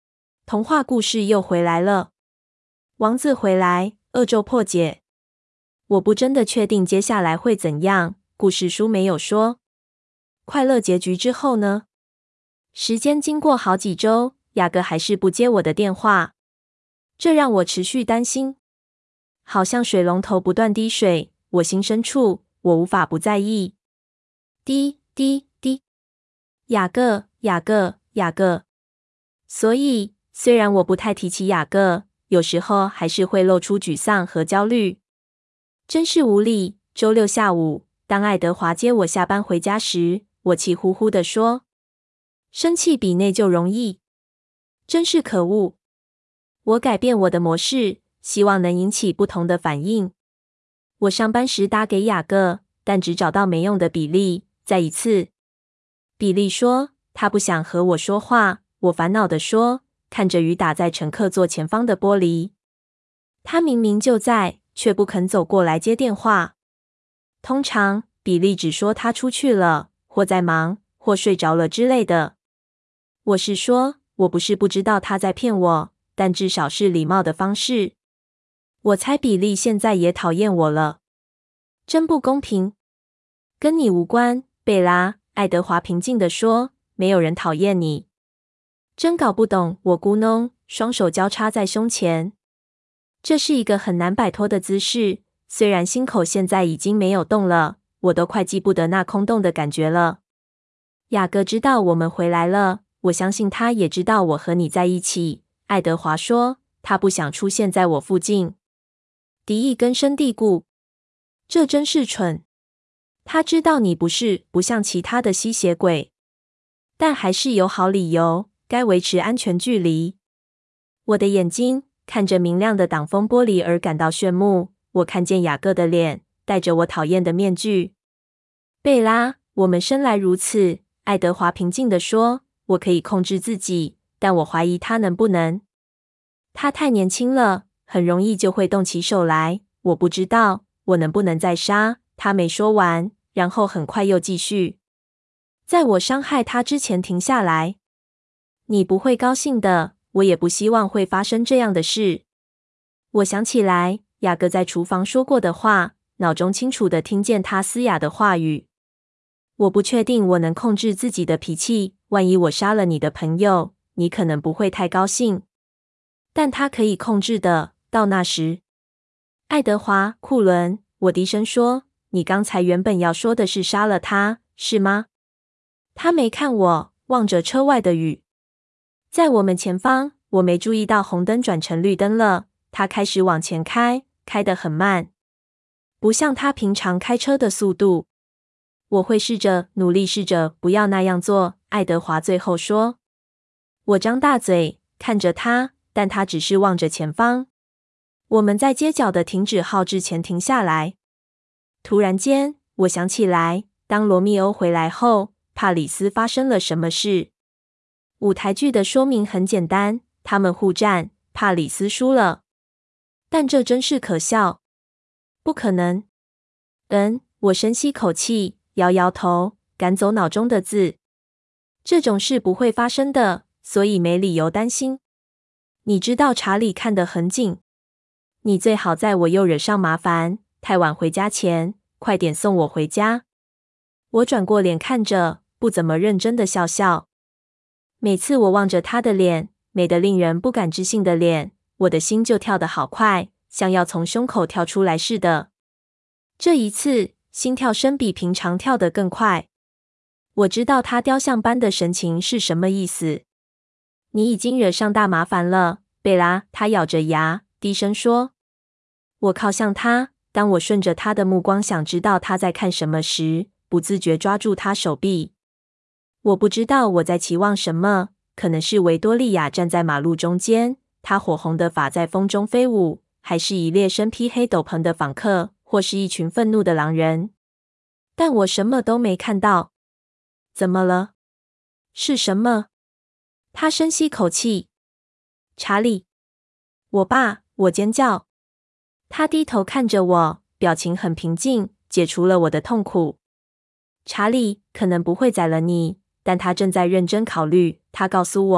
童话故事又回来了。王子回来，恶咒破解。我不真的确定接下来会怎样，故事书没有说。快乐结局之后呢？时间经过好几周，雅各还是不接我的电话，这让我持续担心。好像水龙头不断滴水，我心深处，我无法不在意。滴滴滴，雅各，雅各，雅各。所以，虽然我不太提起雅各，有时候还是会露出沮丧和焦虑。真是无理。周六下午，当爱德华接我下班回家时，我气呼呼地说：“生气比内疚容易。”真是可恶。我改变我的模式，希望能引起不同的反应。我上班时打给雅各，但只找到没用的比利。再一次，比利说他不想和我说话。我烦恼地说，看着雨打在乘客座前方的玻璃。他明明就在，却不肯走过来接电话。通常，比利只说他出去了，或在忙，或睡着了之类的。我是说，我不是不知道他在骗我，但至少是礼貌的方式。我猜比利现在也讨厌我了。真不公平。跟你无关，贝拉，爱德华平静地说，没有人讨厌你。真搞不懂，我咕哝，双手交叉在胸前。这是一个很难摆脱的姿势，虽然心口现在已经没有动了，我都快记不得那空洞的感觉了。雅各知道我们回来了，我相信他也知道我和你在一起。爱德华说，他不想出现在我附近。敌意根深蒂固。这真是蠢。他知道你不是不像其他的吸血鬼，但还是有好理由，该维持安全距离。我的眼睛看着明亮的挡风玻璃而感到炫目。我看见雅各的脸，戴着我讨厌的面具。贝拉，我们生来如此，爱德华平静地说，我可以控制自己，但我怀疑他能不能。他太年轻了，很容易就会动起手来。我不知道我能不能再杀。他没说完，然后很快又继续。在我伤害他之前停下来。你不会高兴的，我也不希望会发生这样的事。我想起来雅各在厨房说过的话，脑中清楚地听见他嘶哑的话语。我不确定我能控制自己的脾气，万一我杀了你的朋友，你可能不会太高兴。但他可以控制的，到那时。爱德华·库伦，我低声说，你刚才原本要说的是杀了他，是吗？他没看我，望着车外的雨。在我们前方，我没注意到红灯转成绿灯了。他开始往前开，开得很慢，不像他平常开车的速度。我会试着，努力试着不要那样做，爱德华最后说。我张大嘴，看着他，但他只是望着前方。我们在街角的停止号志前停下来。突然间，我想起来，当罗密欧回来后，帕里斯发生了什么事。舞台剧的说明很简单，他们互战，帕里斯输了。但这真是可笑。不可能。嗯，我深吸口气，摇摇头，赶走脑中的字。这种事不会发生的，所以没理由担心。你知道查理看得很紧。你最好在我又惹上麻烦，太晚回家前，快点送我回家。我转过脸看着，不怎么认真的笑笑。每次我望着他的脸，美得令人不敢置信的脸，我的心就跳得好快，像要从胸口跳出来似的。这一次，心跳声比平常跳得更快。我知道他雕像般的神情是什么意思。你已经惹上大麻烦了，贝拉，他咬着牙，低声说。我靠向他，当我顺着他的目光想知道他在看什么时，不自觉抓住他手臂。我不知道我在期望什么，可能是维多利亚站在马路中间，她火红的发在风中飞舞，还是一列身披黑斗篷的访客，或是一群愤怒的狼人。但我什么都没看到。怎么了？是什么？他深吸口气。查理。我爸，我尖叫。他低头看着我，表情很平静，解除了我的痛苦。查理可能不会宰了你，但他正在认真考虑，他告诉我，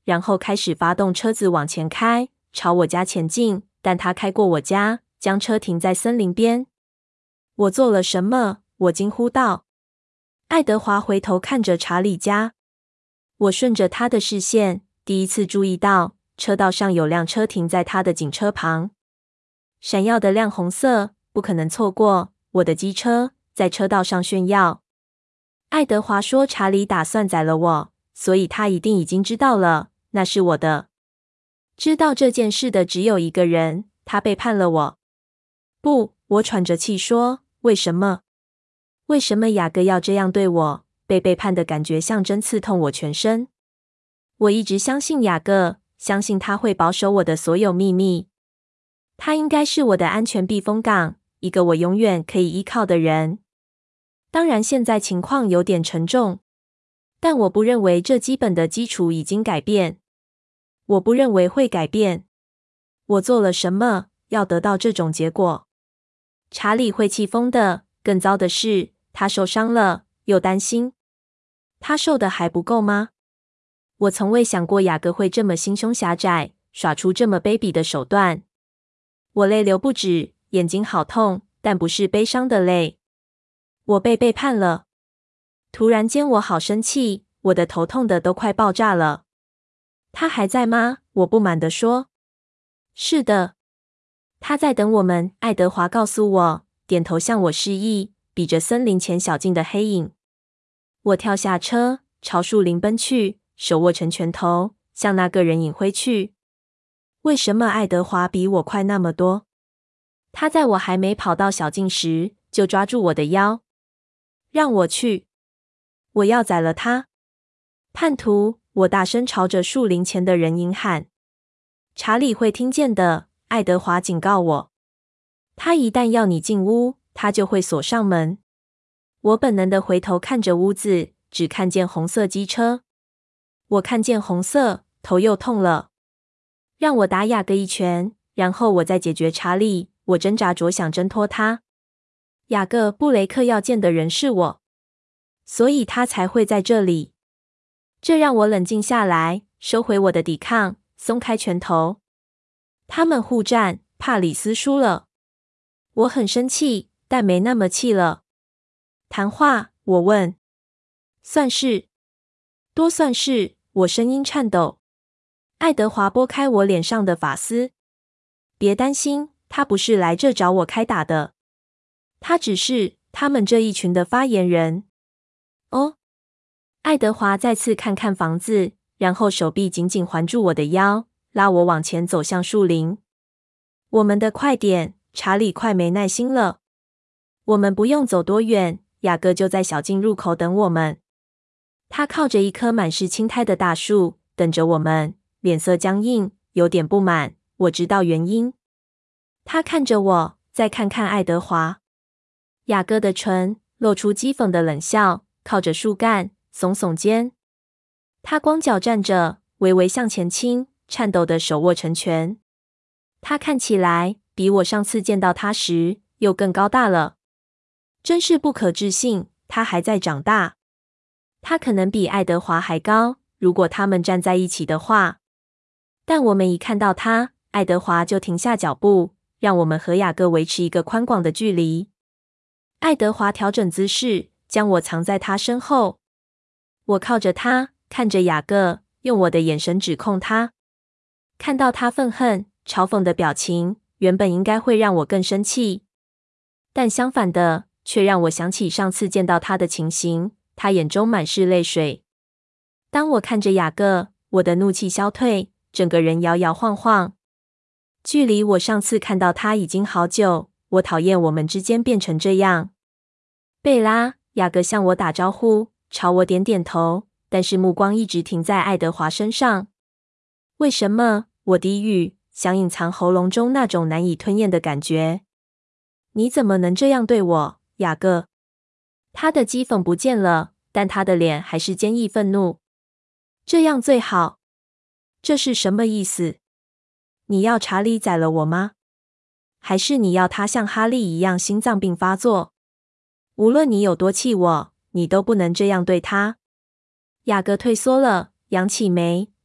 然后开始发动车子往前开，朝我家前进。但他开过我家，将车停在森林边。我做了什么？我惊呼道。爱德华回头看着查理家。我顺着他的视线，第一次注意到车道上有辆车停在他的警车旁，闪耀的亮红色，不可能错过。我的机车在车道上炫耀。爱德华说查理打算宰了我，所以他一定已经知道了，那是我的。知道这件事的只有一个人，他背叛了我。不，我喘着气说，为什么？为什么雅各要这样对我？被背叛的感觉像针刺痛我全身。我一直相信雅各，相信他会保守我的所有秘密。他应该是我的安全避风港，一个我永远可以依靠的人。当然，现在情况有点沉重，但我不认为这基本的基础已经改变。我不认为会改变。我做了什么，要得到这种结果？查理会气疯的。更糟的是，他受伤了，又担心。他受的还不够吗？我从未想过雅各会这么心胸狭窄，耍出这么卑鄙的手段。我泪流不止，眼睛好痛，但不是悲伤的泪。我被背叛了。突然间，我好生气，我的头痛的都快爆炸了。他还在吗？我不满地说。是的，他在等我们。爱德华告诉我，点头向我示意，比着森林前小径的黑影。我跳下车，朝树林奔去，手握成拳头，向那个人影挥去。为什么爱德华比我快那么多？他在我还没跑到小径时，就抓住我的腰。让我去！我要宰了他！叛徒！我大声朝着树林前的人影喊。查理会听见的，爱德华警告我。他一旦要你进屋，他就会锁上门。我本能的回头看着屋子，只看见红色机车。我看见红色，头又痛了。让我打雅各一拳，然后我再解决查理。我挣扎着想挣脱他。雅各·布雷克要见的人是我，所以他才会在这里。这让我冷静下来，收回我的抵抗，松开拳头。他们互战，帕里斯输了。我很生气，但没那么气了。谈话？我问。算是。多算是。我声音颤抖。爱德华拨开我脸上的发丝。别担心，他不是来这找我开打的。他只是他们这一群的发言人。哦。爱德华再次看看房子，然后手臂紧紧环住我的腰，拉我往前走向树林。我们的快点，查理快没耐心了。我们不用走多远，雅各就在小径入口等我们。他靠着一棵满是青苔的大树，等着我们，脸色僵硬，有点不满。我知道原因。他看着我，再看看爱德华。雅各的唇露出讥讽的冷笑，靠着树干，耸耸肩。他光脚站着，微微向前倾，颤抖的手握成拳。他看起来比我上次见到他时又更高大了。真是不可置信，他还在长大。他可能比爱德华还高，如果他们站在一起的话。但我们一看到他，爱德华就停下脚步，让我们和雅各维持一个宽广的距离。爱德华调整姿势，将我藏在他身后。我靠着他，看着雅各，用我的眼神指控他。看到他愤恨、嘲讽的表情，原本应该会让我更生气，但相反的，却让我想起上次见到他的情形。他眼中满是泪水。当我看着雅各，我的怒气消退，整个人摇摇晃晃。距离我上次看到他已经好久，我讨厌我们之间变成这样。贝拉，雅各向我打招呼，朝我点点头，但是目光一直停在爱德华身上。为什么？我低语，想隐藏喉咙中那种难以吞咽的感觉。你怎么能这样对我，雅各？他的讥讽不见了，但他的脸还是坚毅愤怒。这样最好。这是什么意思？你要查理宰了我吗？还是你要他像哈利一样心脏病发作？无论你有多气我，你都不能这样对他。雅各退缩了，扬起眉，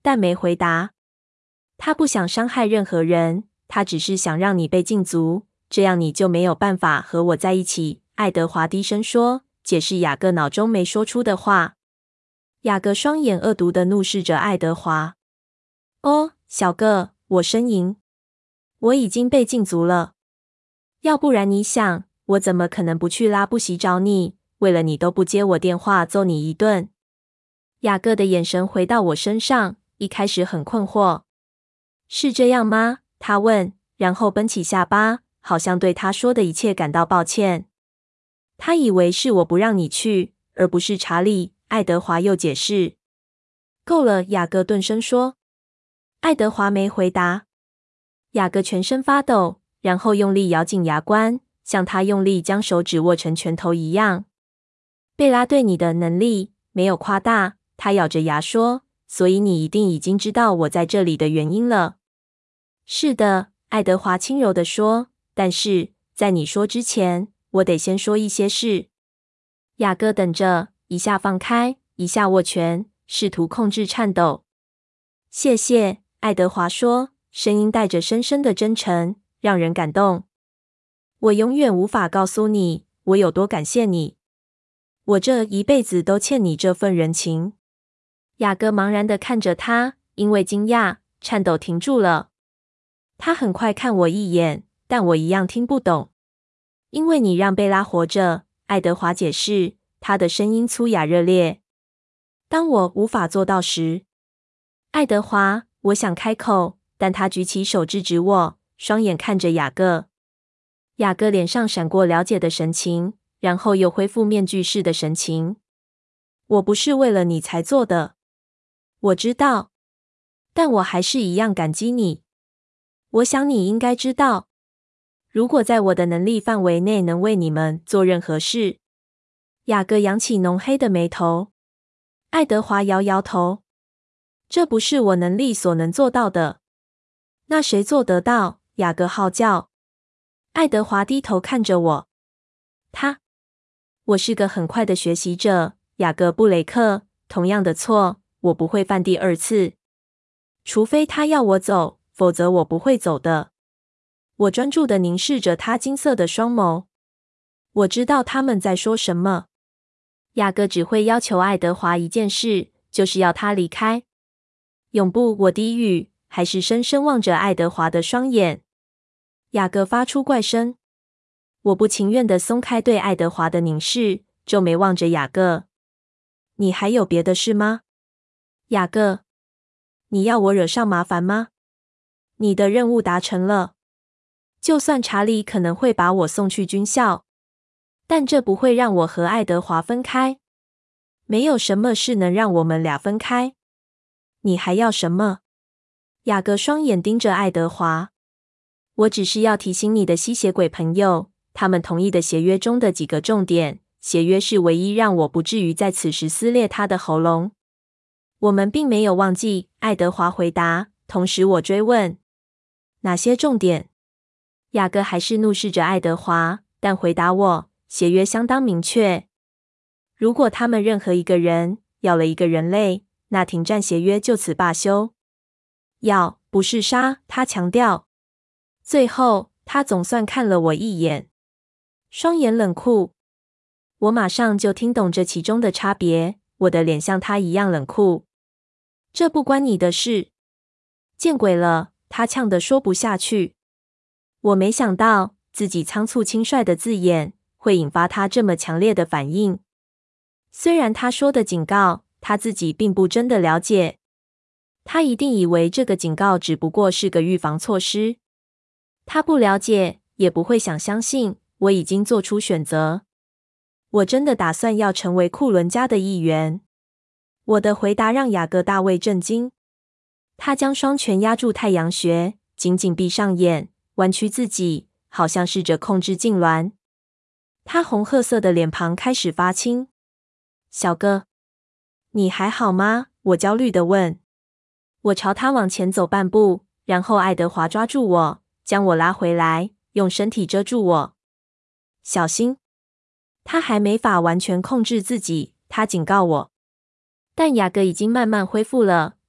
但没回答。他不想伤害任何人，他只是想让你被禁足，这样你就没有办法和我在一起。爱德华低声说，解释雅各脑中没说出的话。雅各双眼恶毒地怒视着爱德华。哦，小个，我呻吟，我已经被禁足了。要不然你想，我怎么可能不去拉布席找你？为了你都不接我电话，揍你一顿。雅各的眼神回到我身上，一开始很困惑。是这样吗？他问，然后绷起下巴，好像对他说的一切感到抱歉。他以为是我不让你去，而不是查理。爱德华又解释。够了，雅各顿声说。爱德华没回答。雅各全身发抖，然后用力咬紧牙关，像他用力将手指握成拳头一样。贝拉对你的能力没有夸大，他咬着牙说，所以你一定已经知道我在这里的原因了。是的，爱德华轻柔地说，但是在你说之前，我得先说一些事。雅各等着，一下放开，一下握拳，试图控制颤抖。谢谢，爱德华说，声音带着深深的真诚，让人感动。我永远无法告诉你，我有多感谢你。我这一辈子都欠你这份人情。雅各茫然地看着他，因为惊讶，颤抖停住了。他很快看我一眼，但我一样听不懂。因为你让贝拉活着，爱德华解释，他的声音粗哑热烈。当我无法做到时，爱德华，我想开口，但他举起手制止我，双眼看着雅各。雅各脸上闪过了解的神情，然后又恢复面具式的神情。我不是为了你才做的，我知道，但我还是一样感激你。我想你应该知道，如果在我的能力范围内能为你们做任何事。雅各扬起浓黑的眉头。爱德华摇摇头。这不是我能力所能做到的。那谁做得到？雅各号叫。爱德华低头看着我。他，我是个很快的学习者，雅各布雷克，同样的错，我不会犯第二次。除非他要我走，否则我不会走的。我专注地凝视着他金色的双眸。我知道他们在说什么。雅各只会要求爱德华一件事，就是要他离开。永不，我低语，还是深深望着爱德华的双眼。雅各发出怪声。我不情愿地松开对爱德华的凝视，皱眉望着雅各。你还有别的事吗？雅各，你要我惹上麻烦吗？你的任务达成了。就算查理可能会把我送去军校，但这不会让我和爱德华分开。没有什么事能让我们俩分开。你还要什么？雅各双眼盯着爱德华。我只是要提醒你的吸血鬼朋友，他们同意的协约中的几个重点，协约是唯一让我不至于在此时撕裂他的喉咙。我们并没有忘记，爱德华回答，同时我追问，哪些重点？雅各还是怒视着爱德华，但回答我，协约相当明确。如果他们任何一个人咬了一个人类，那停战协约就此罢休。咬，不是杀，他强调。最后，他总算看了我一眼，双眼冷酷。我马上就听懂这其中的差别，我的脸像他一样冷酷。这不关你的事。见鬼了，他呛得说不下去。我没想到自己仓促轻率的字眼会引发他这么强烈的反应。虽然他说的警告，他自己并不真的了解。他一定以为这个警告只不过是个预防措施。他不了解，也不会想相信我已经做出选择。我真的打算要成为库伦家的一员。我的回答让雅各大为震惊。他将双拳压住太阳穴，紧紧闭上眼，弯曲自己，好像试着控制痉挛。他红褐色的脸庞开始发青。小哥，你还好吗？我焦虑地问。我朝他往前走半步，然后爱德华抓住我，将我拉回来，用身体遮住我。小心！他还没法完全控制自己，他警告我。但雅各已经慢慢恢复了，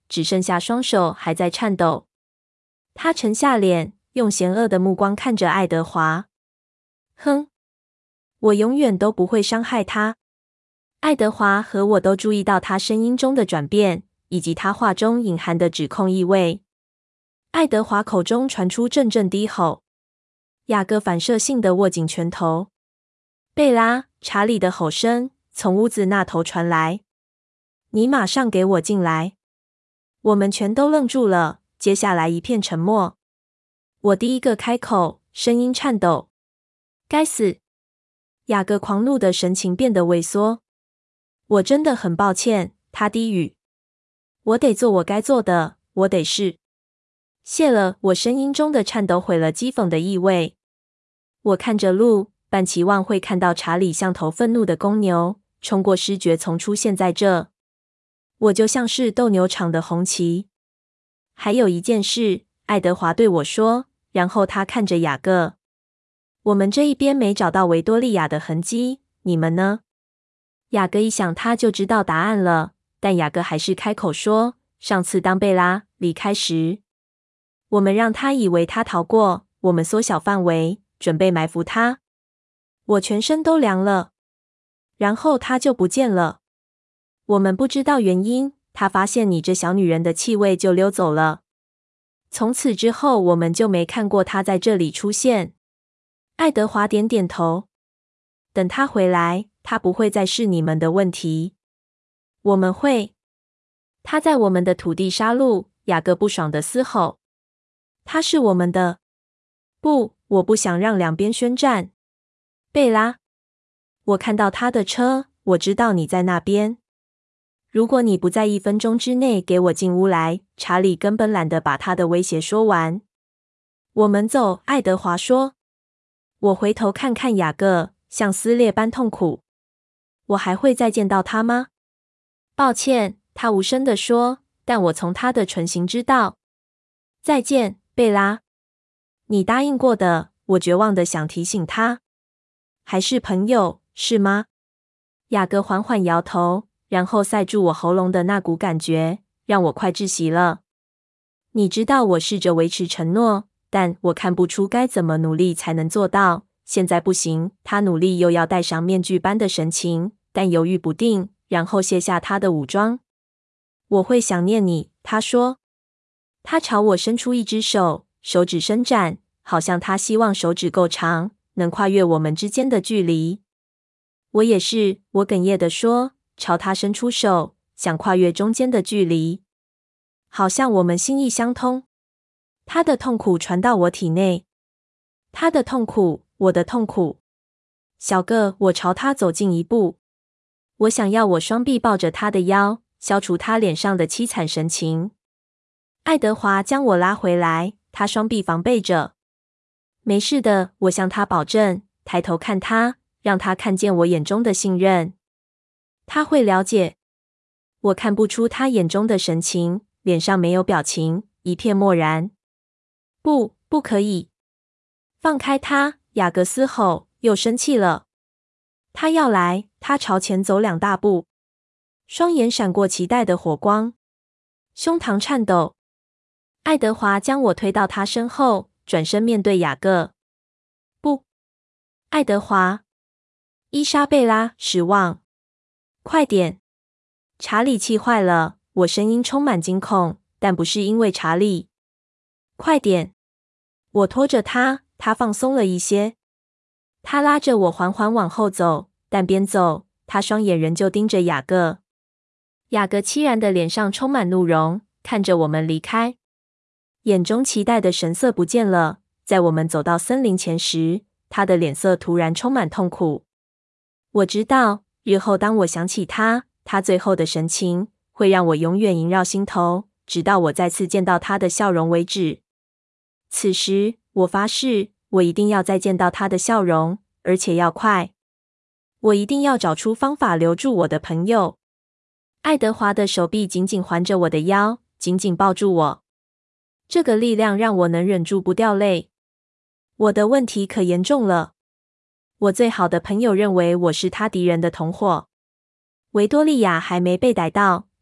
只剩下双手还在颤抖。他沉下脸，用嫌恶的目光看着爱德华。哼，我永远都不会伤害他。爱德华和我都注意到他声音中的转变，以及他话中隐含的指控意味。爱德华口中传出阵阵低吼，雅各反射性地握紧拳头。贝拉，查理的吼声从屋子那头传来。你马上给我进来！我们全都愣住了，接下来一片沉默。我第一个开口，声音颤抖。该死！雅各狂怒的神情变得畏缩。我真的很抱歉，他低语。我得做我该做的，我得是。谢了，我声音中的颤抖毁了讥讽的意味。我看着路，半期望会看到查理像头愤怒的公牛，冲过狮蕨丛出现在这。我就像是斗牛场的红旗。还有一件事，爱德华对我说，然后他看着雅各。我们这一边没找到维多利亚的痕迹，你们呢？雅各一想他就知道答案了，但雅各还是开口说，上次当贝拉离开时，我们让他以为他逃过，我们缩小范围，准备埋伏他。我全身都凉了。然后他就不见了。我们不知道原因，他发现你这小女人的气味就溜走了。从此之后，我们就没看过他在这里出现。爱德华点点头。等他回来，他不会再是你们的问题。我们会。他在我们的土地杀戮，雅各不爽地嘶吼。他是我们的。不，我不想让两边宣战。贝拉，我看到他的车，我知道你在那边。如果你不在一分钟之内给我进屋来，查理根本懒得把他的威胁说完。我们走，爱德华说。我回头看看雅各，像撕裂般痛苦。我还会再见到他吗？抱歉，他无声地说，但我从他的唇形知道。再见，贝拉。你答应过的，我绝望地想提醒他。还是朋友，是吗？雅各缓缓摇头，然后塞住我喉咙的那股感觉，让我快窒息了。你知道我试着维持承诺，但我看不出该怎么努力才能做到。现在不行，他努力又要戴上面具般的神情，但犹豫不定，然后卸下他的武装。我会想念你，他说。他朝我伸出一只手，手指伸展，好像他希望手指够长，能跨越我们之间的距离。我也是，我哽咽地说，朝他伸出手，想跨越中间的距离。好像我们心意相通。他的痛苦传到我体内。他的痛苦，我的痛苦。小个，我朝他走近一步。我想要我双臂抱着他的腰，消除他脸上的凄惨神情。爱德华将我拉回来，他双臂防备着。没事的，我向他保证，抬头看他，让他看见我眼中的信任。他会了解。我看不出他眼中的神情，脸上没有表情，一片漠然。不，不可以。放开他，雅各嘶吼，又生气了。他要来，他朝前走两大步，双眼闪过期待的火光，胸膛颤抖。爱德华将我推到他身后，转身面对雅各。不，爱德华。伊莎贝拉，失望。快点！查理气坏了，我声音充满惊恐，但不是因为查理。快点！我拖着他，他放松了一些。他拉着我缓缓往后走，但边走，他双眼仍旧盯着雅各。雅各凄然的脸上充满怒容，看着我们离开，眼中期待的神色不见了。在我们走到森林前时，他的脸色突然充满痛苦。我知道，日后当我想起他，他最后的神情，会让我永远萦绕心头，直到我再次见到他的笑容为止。此时，我发誓，我一定要再见到他的笑容，而且要快。我一定要找出方法留住我的朋友。爱德华的手臂紧紧环着我的腰，紧紧抱住我。这个力量让我能忍住不掉泪。我的问题可严重了。我最好的朋友认为我是他敌人的同伙。维多利亚还没被逮到，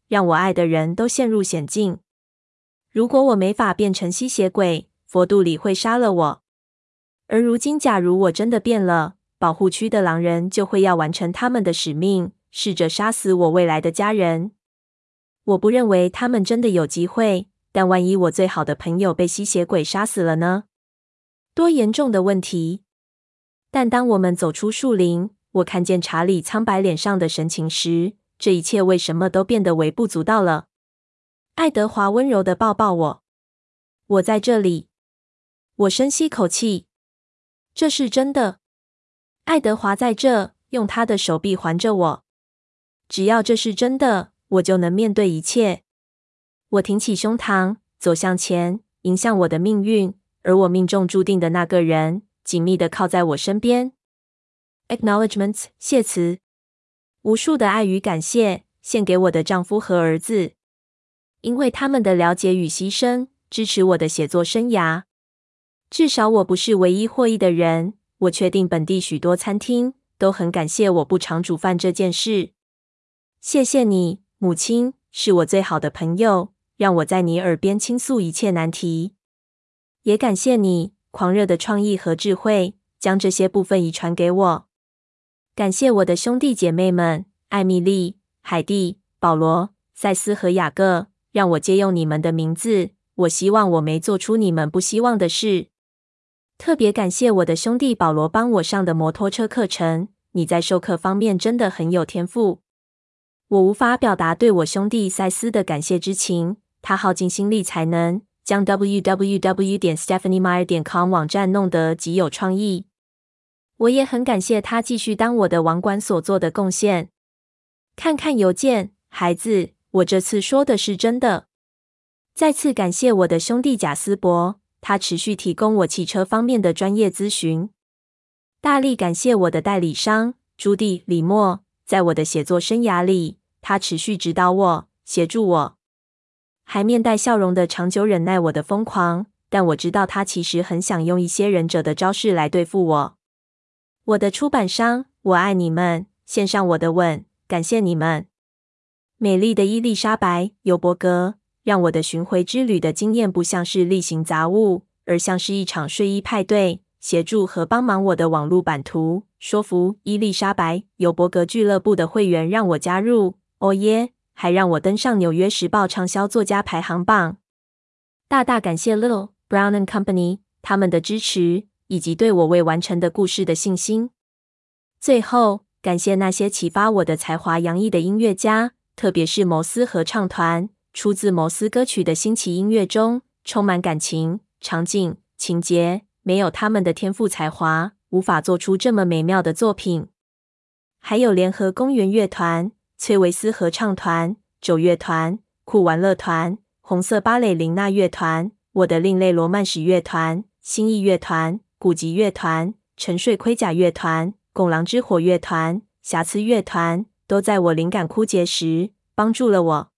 让我爱的人都陷入险境。如果我没法变成吸血鬼，佛度里会杀了我。而如今，假如我真的变了，保护区的狼人就会要完成他们的使命，试着杀死我未来的家人。我不认为他们真的有机会，但万一我最好的朋友被吸血鬼杀死了呢？多严重的问题！但当我们走出树林，我看见查理苍白脸上的神情时，这一切为什么都变得微不足道了。爱德华温柔地抱抱我。我在这里。我深吸口气。这是真的。爱德华在这，用他的手臂环着我。只要这是真的，我就能面对一切。我挺起胸膛，走向前，迎向我的命运，而我命中注定的那个人，紧密地靠在我身边。Acknowledgements 谢词，无数的爱与感谢，献给我的丈夫和儿子。因为他们的了解与牺牲，支持我的写作生涯。至少我不是唯一获益的人。我确定本地许多餐厅都很感谢我不常煮饭这件事。谢谢你，母亲，是我最好的朋友，让我在你耳边倾诉一切难题。也感谢你，狂热的创意和智慧，将这些部分遗传给我。感谢我的兄弟姐妹们，艾米丽、海蒂、保罗、赛斯和雅各，让我借用你们的名字。我希望我没做出你们不希望的事。特别感谢我的兄弟保罗帮我上的摩托车课程，你在授课方面真的很有天赋。我无法表达对我兄弟赛斯的感谢之情，他耗尽心力才能将 w w w 点 stephanie meyer 点 com 网站弄得极有创意。我也很感谢他继续当我的网管所做的贡献。看看邮件，孩子，我这次说的是真的。再次感谢我的兄弟贾斯伯，他持续提供我汽车方面的专业咨询。大力感谢我的代理商朱蒂·李默，在我的写作生涯里，他持续指导我，协助我。还面带笑容的长久忍耐我的疯狂，但我知道他其实很想用一些忍者的招式来对付我。我的出版商，我爱你们，献上我的吻，感谢你们。美丽的伊丽莎白·尤伯格，让我的巡回之旅的经验不像是例行杂物，而像是一场睡衣派对。协助和帮忙我的网络版图，说服伊丽莎白·尤伯格俱乐部的会员让我加入。哦耶！还让我登上纽约时报畅销作家排行榜。大大感谢 Little Brown and Company 他们的支持，以及对我未完成的故事的信心。最后，感谢那些启发我的才华洋溢的音乐家，特别是摩斯合唱团。出自摩斯歌曲的新奇音乐中，充满感情、场景、情节。没有他们的天赋才华，无法做出这么美妙的作品。还有联合公园乐团、崔维斯合唱团、九乐团、酷玩乐团、红色芭蕾琳娜乐团、我的另类罗曼史乐团、新意乐团、古籍乐团、沉睡盔甲乐团、拱狼之火乐团、瑕疵乐团，都在我灵感枯竭时帮助了我。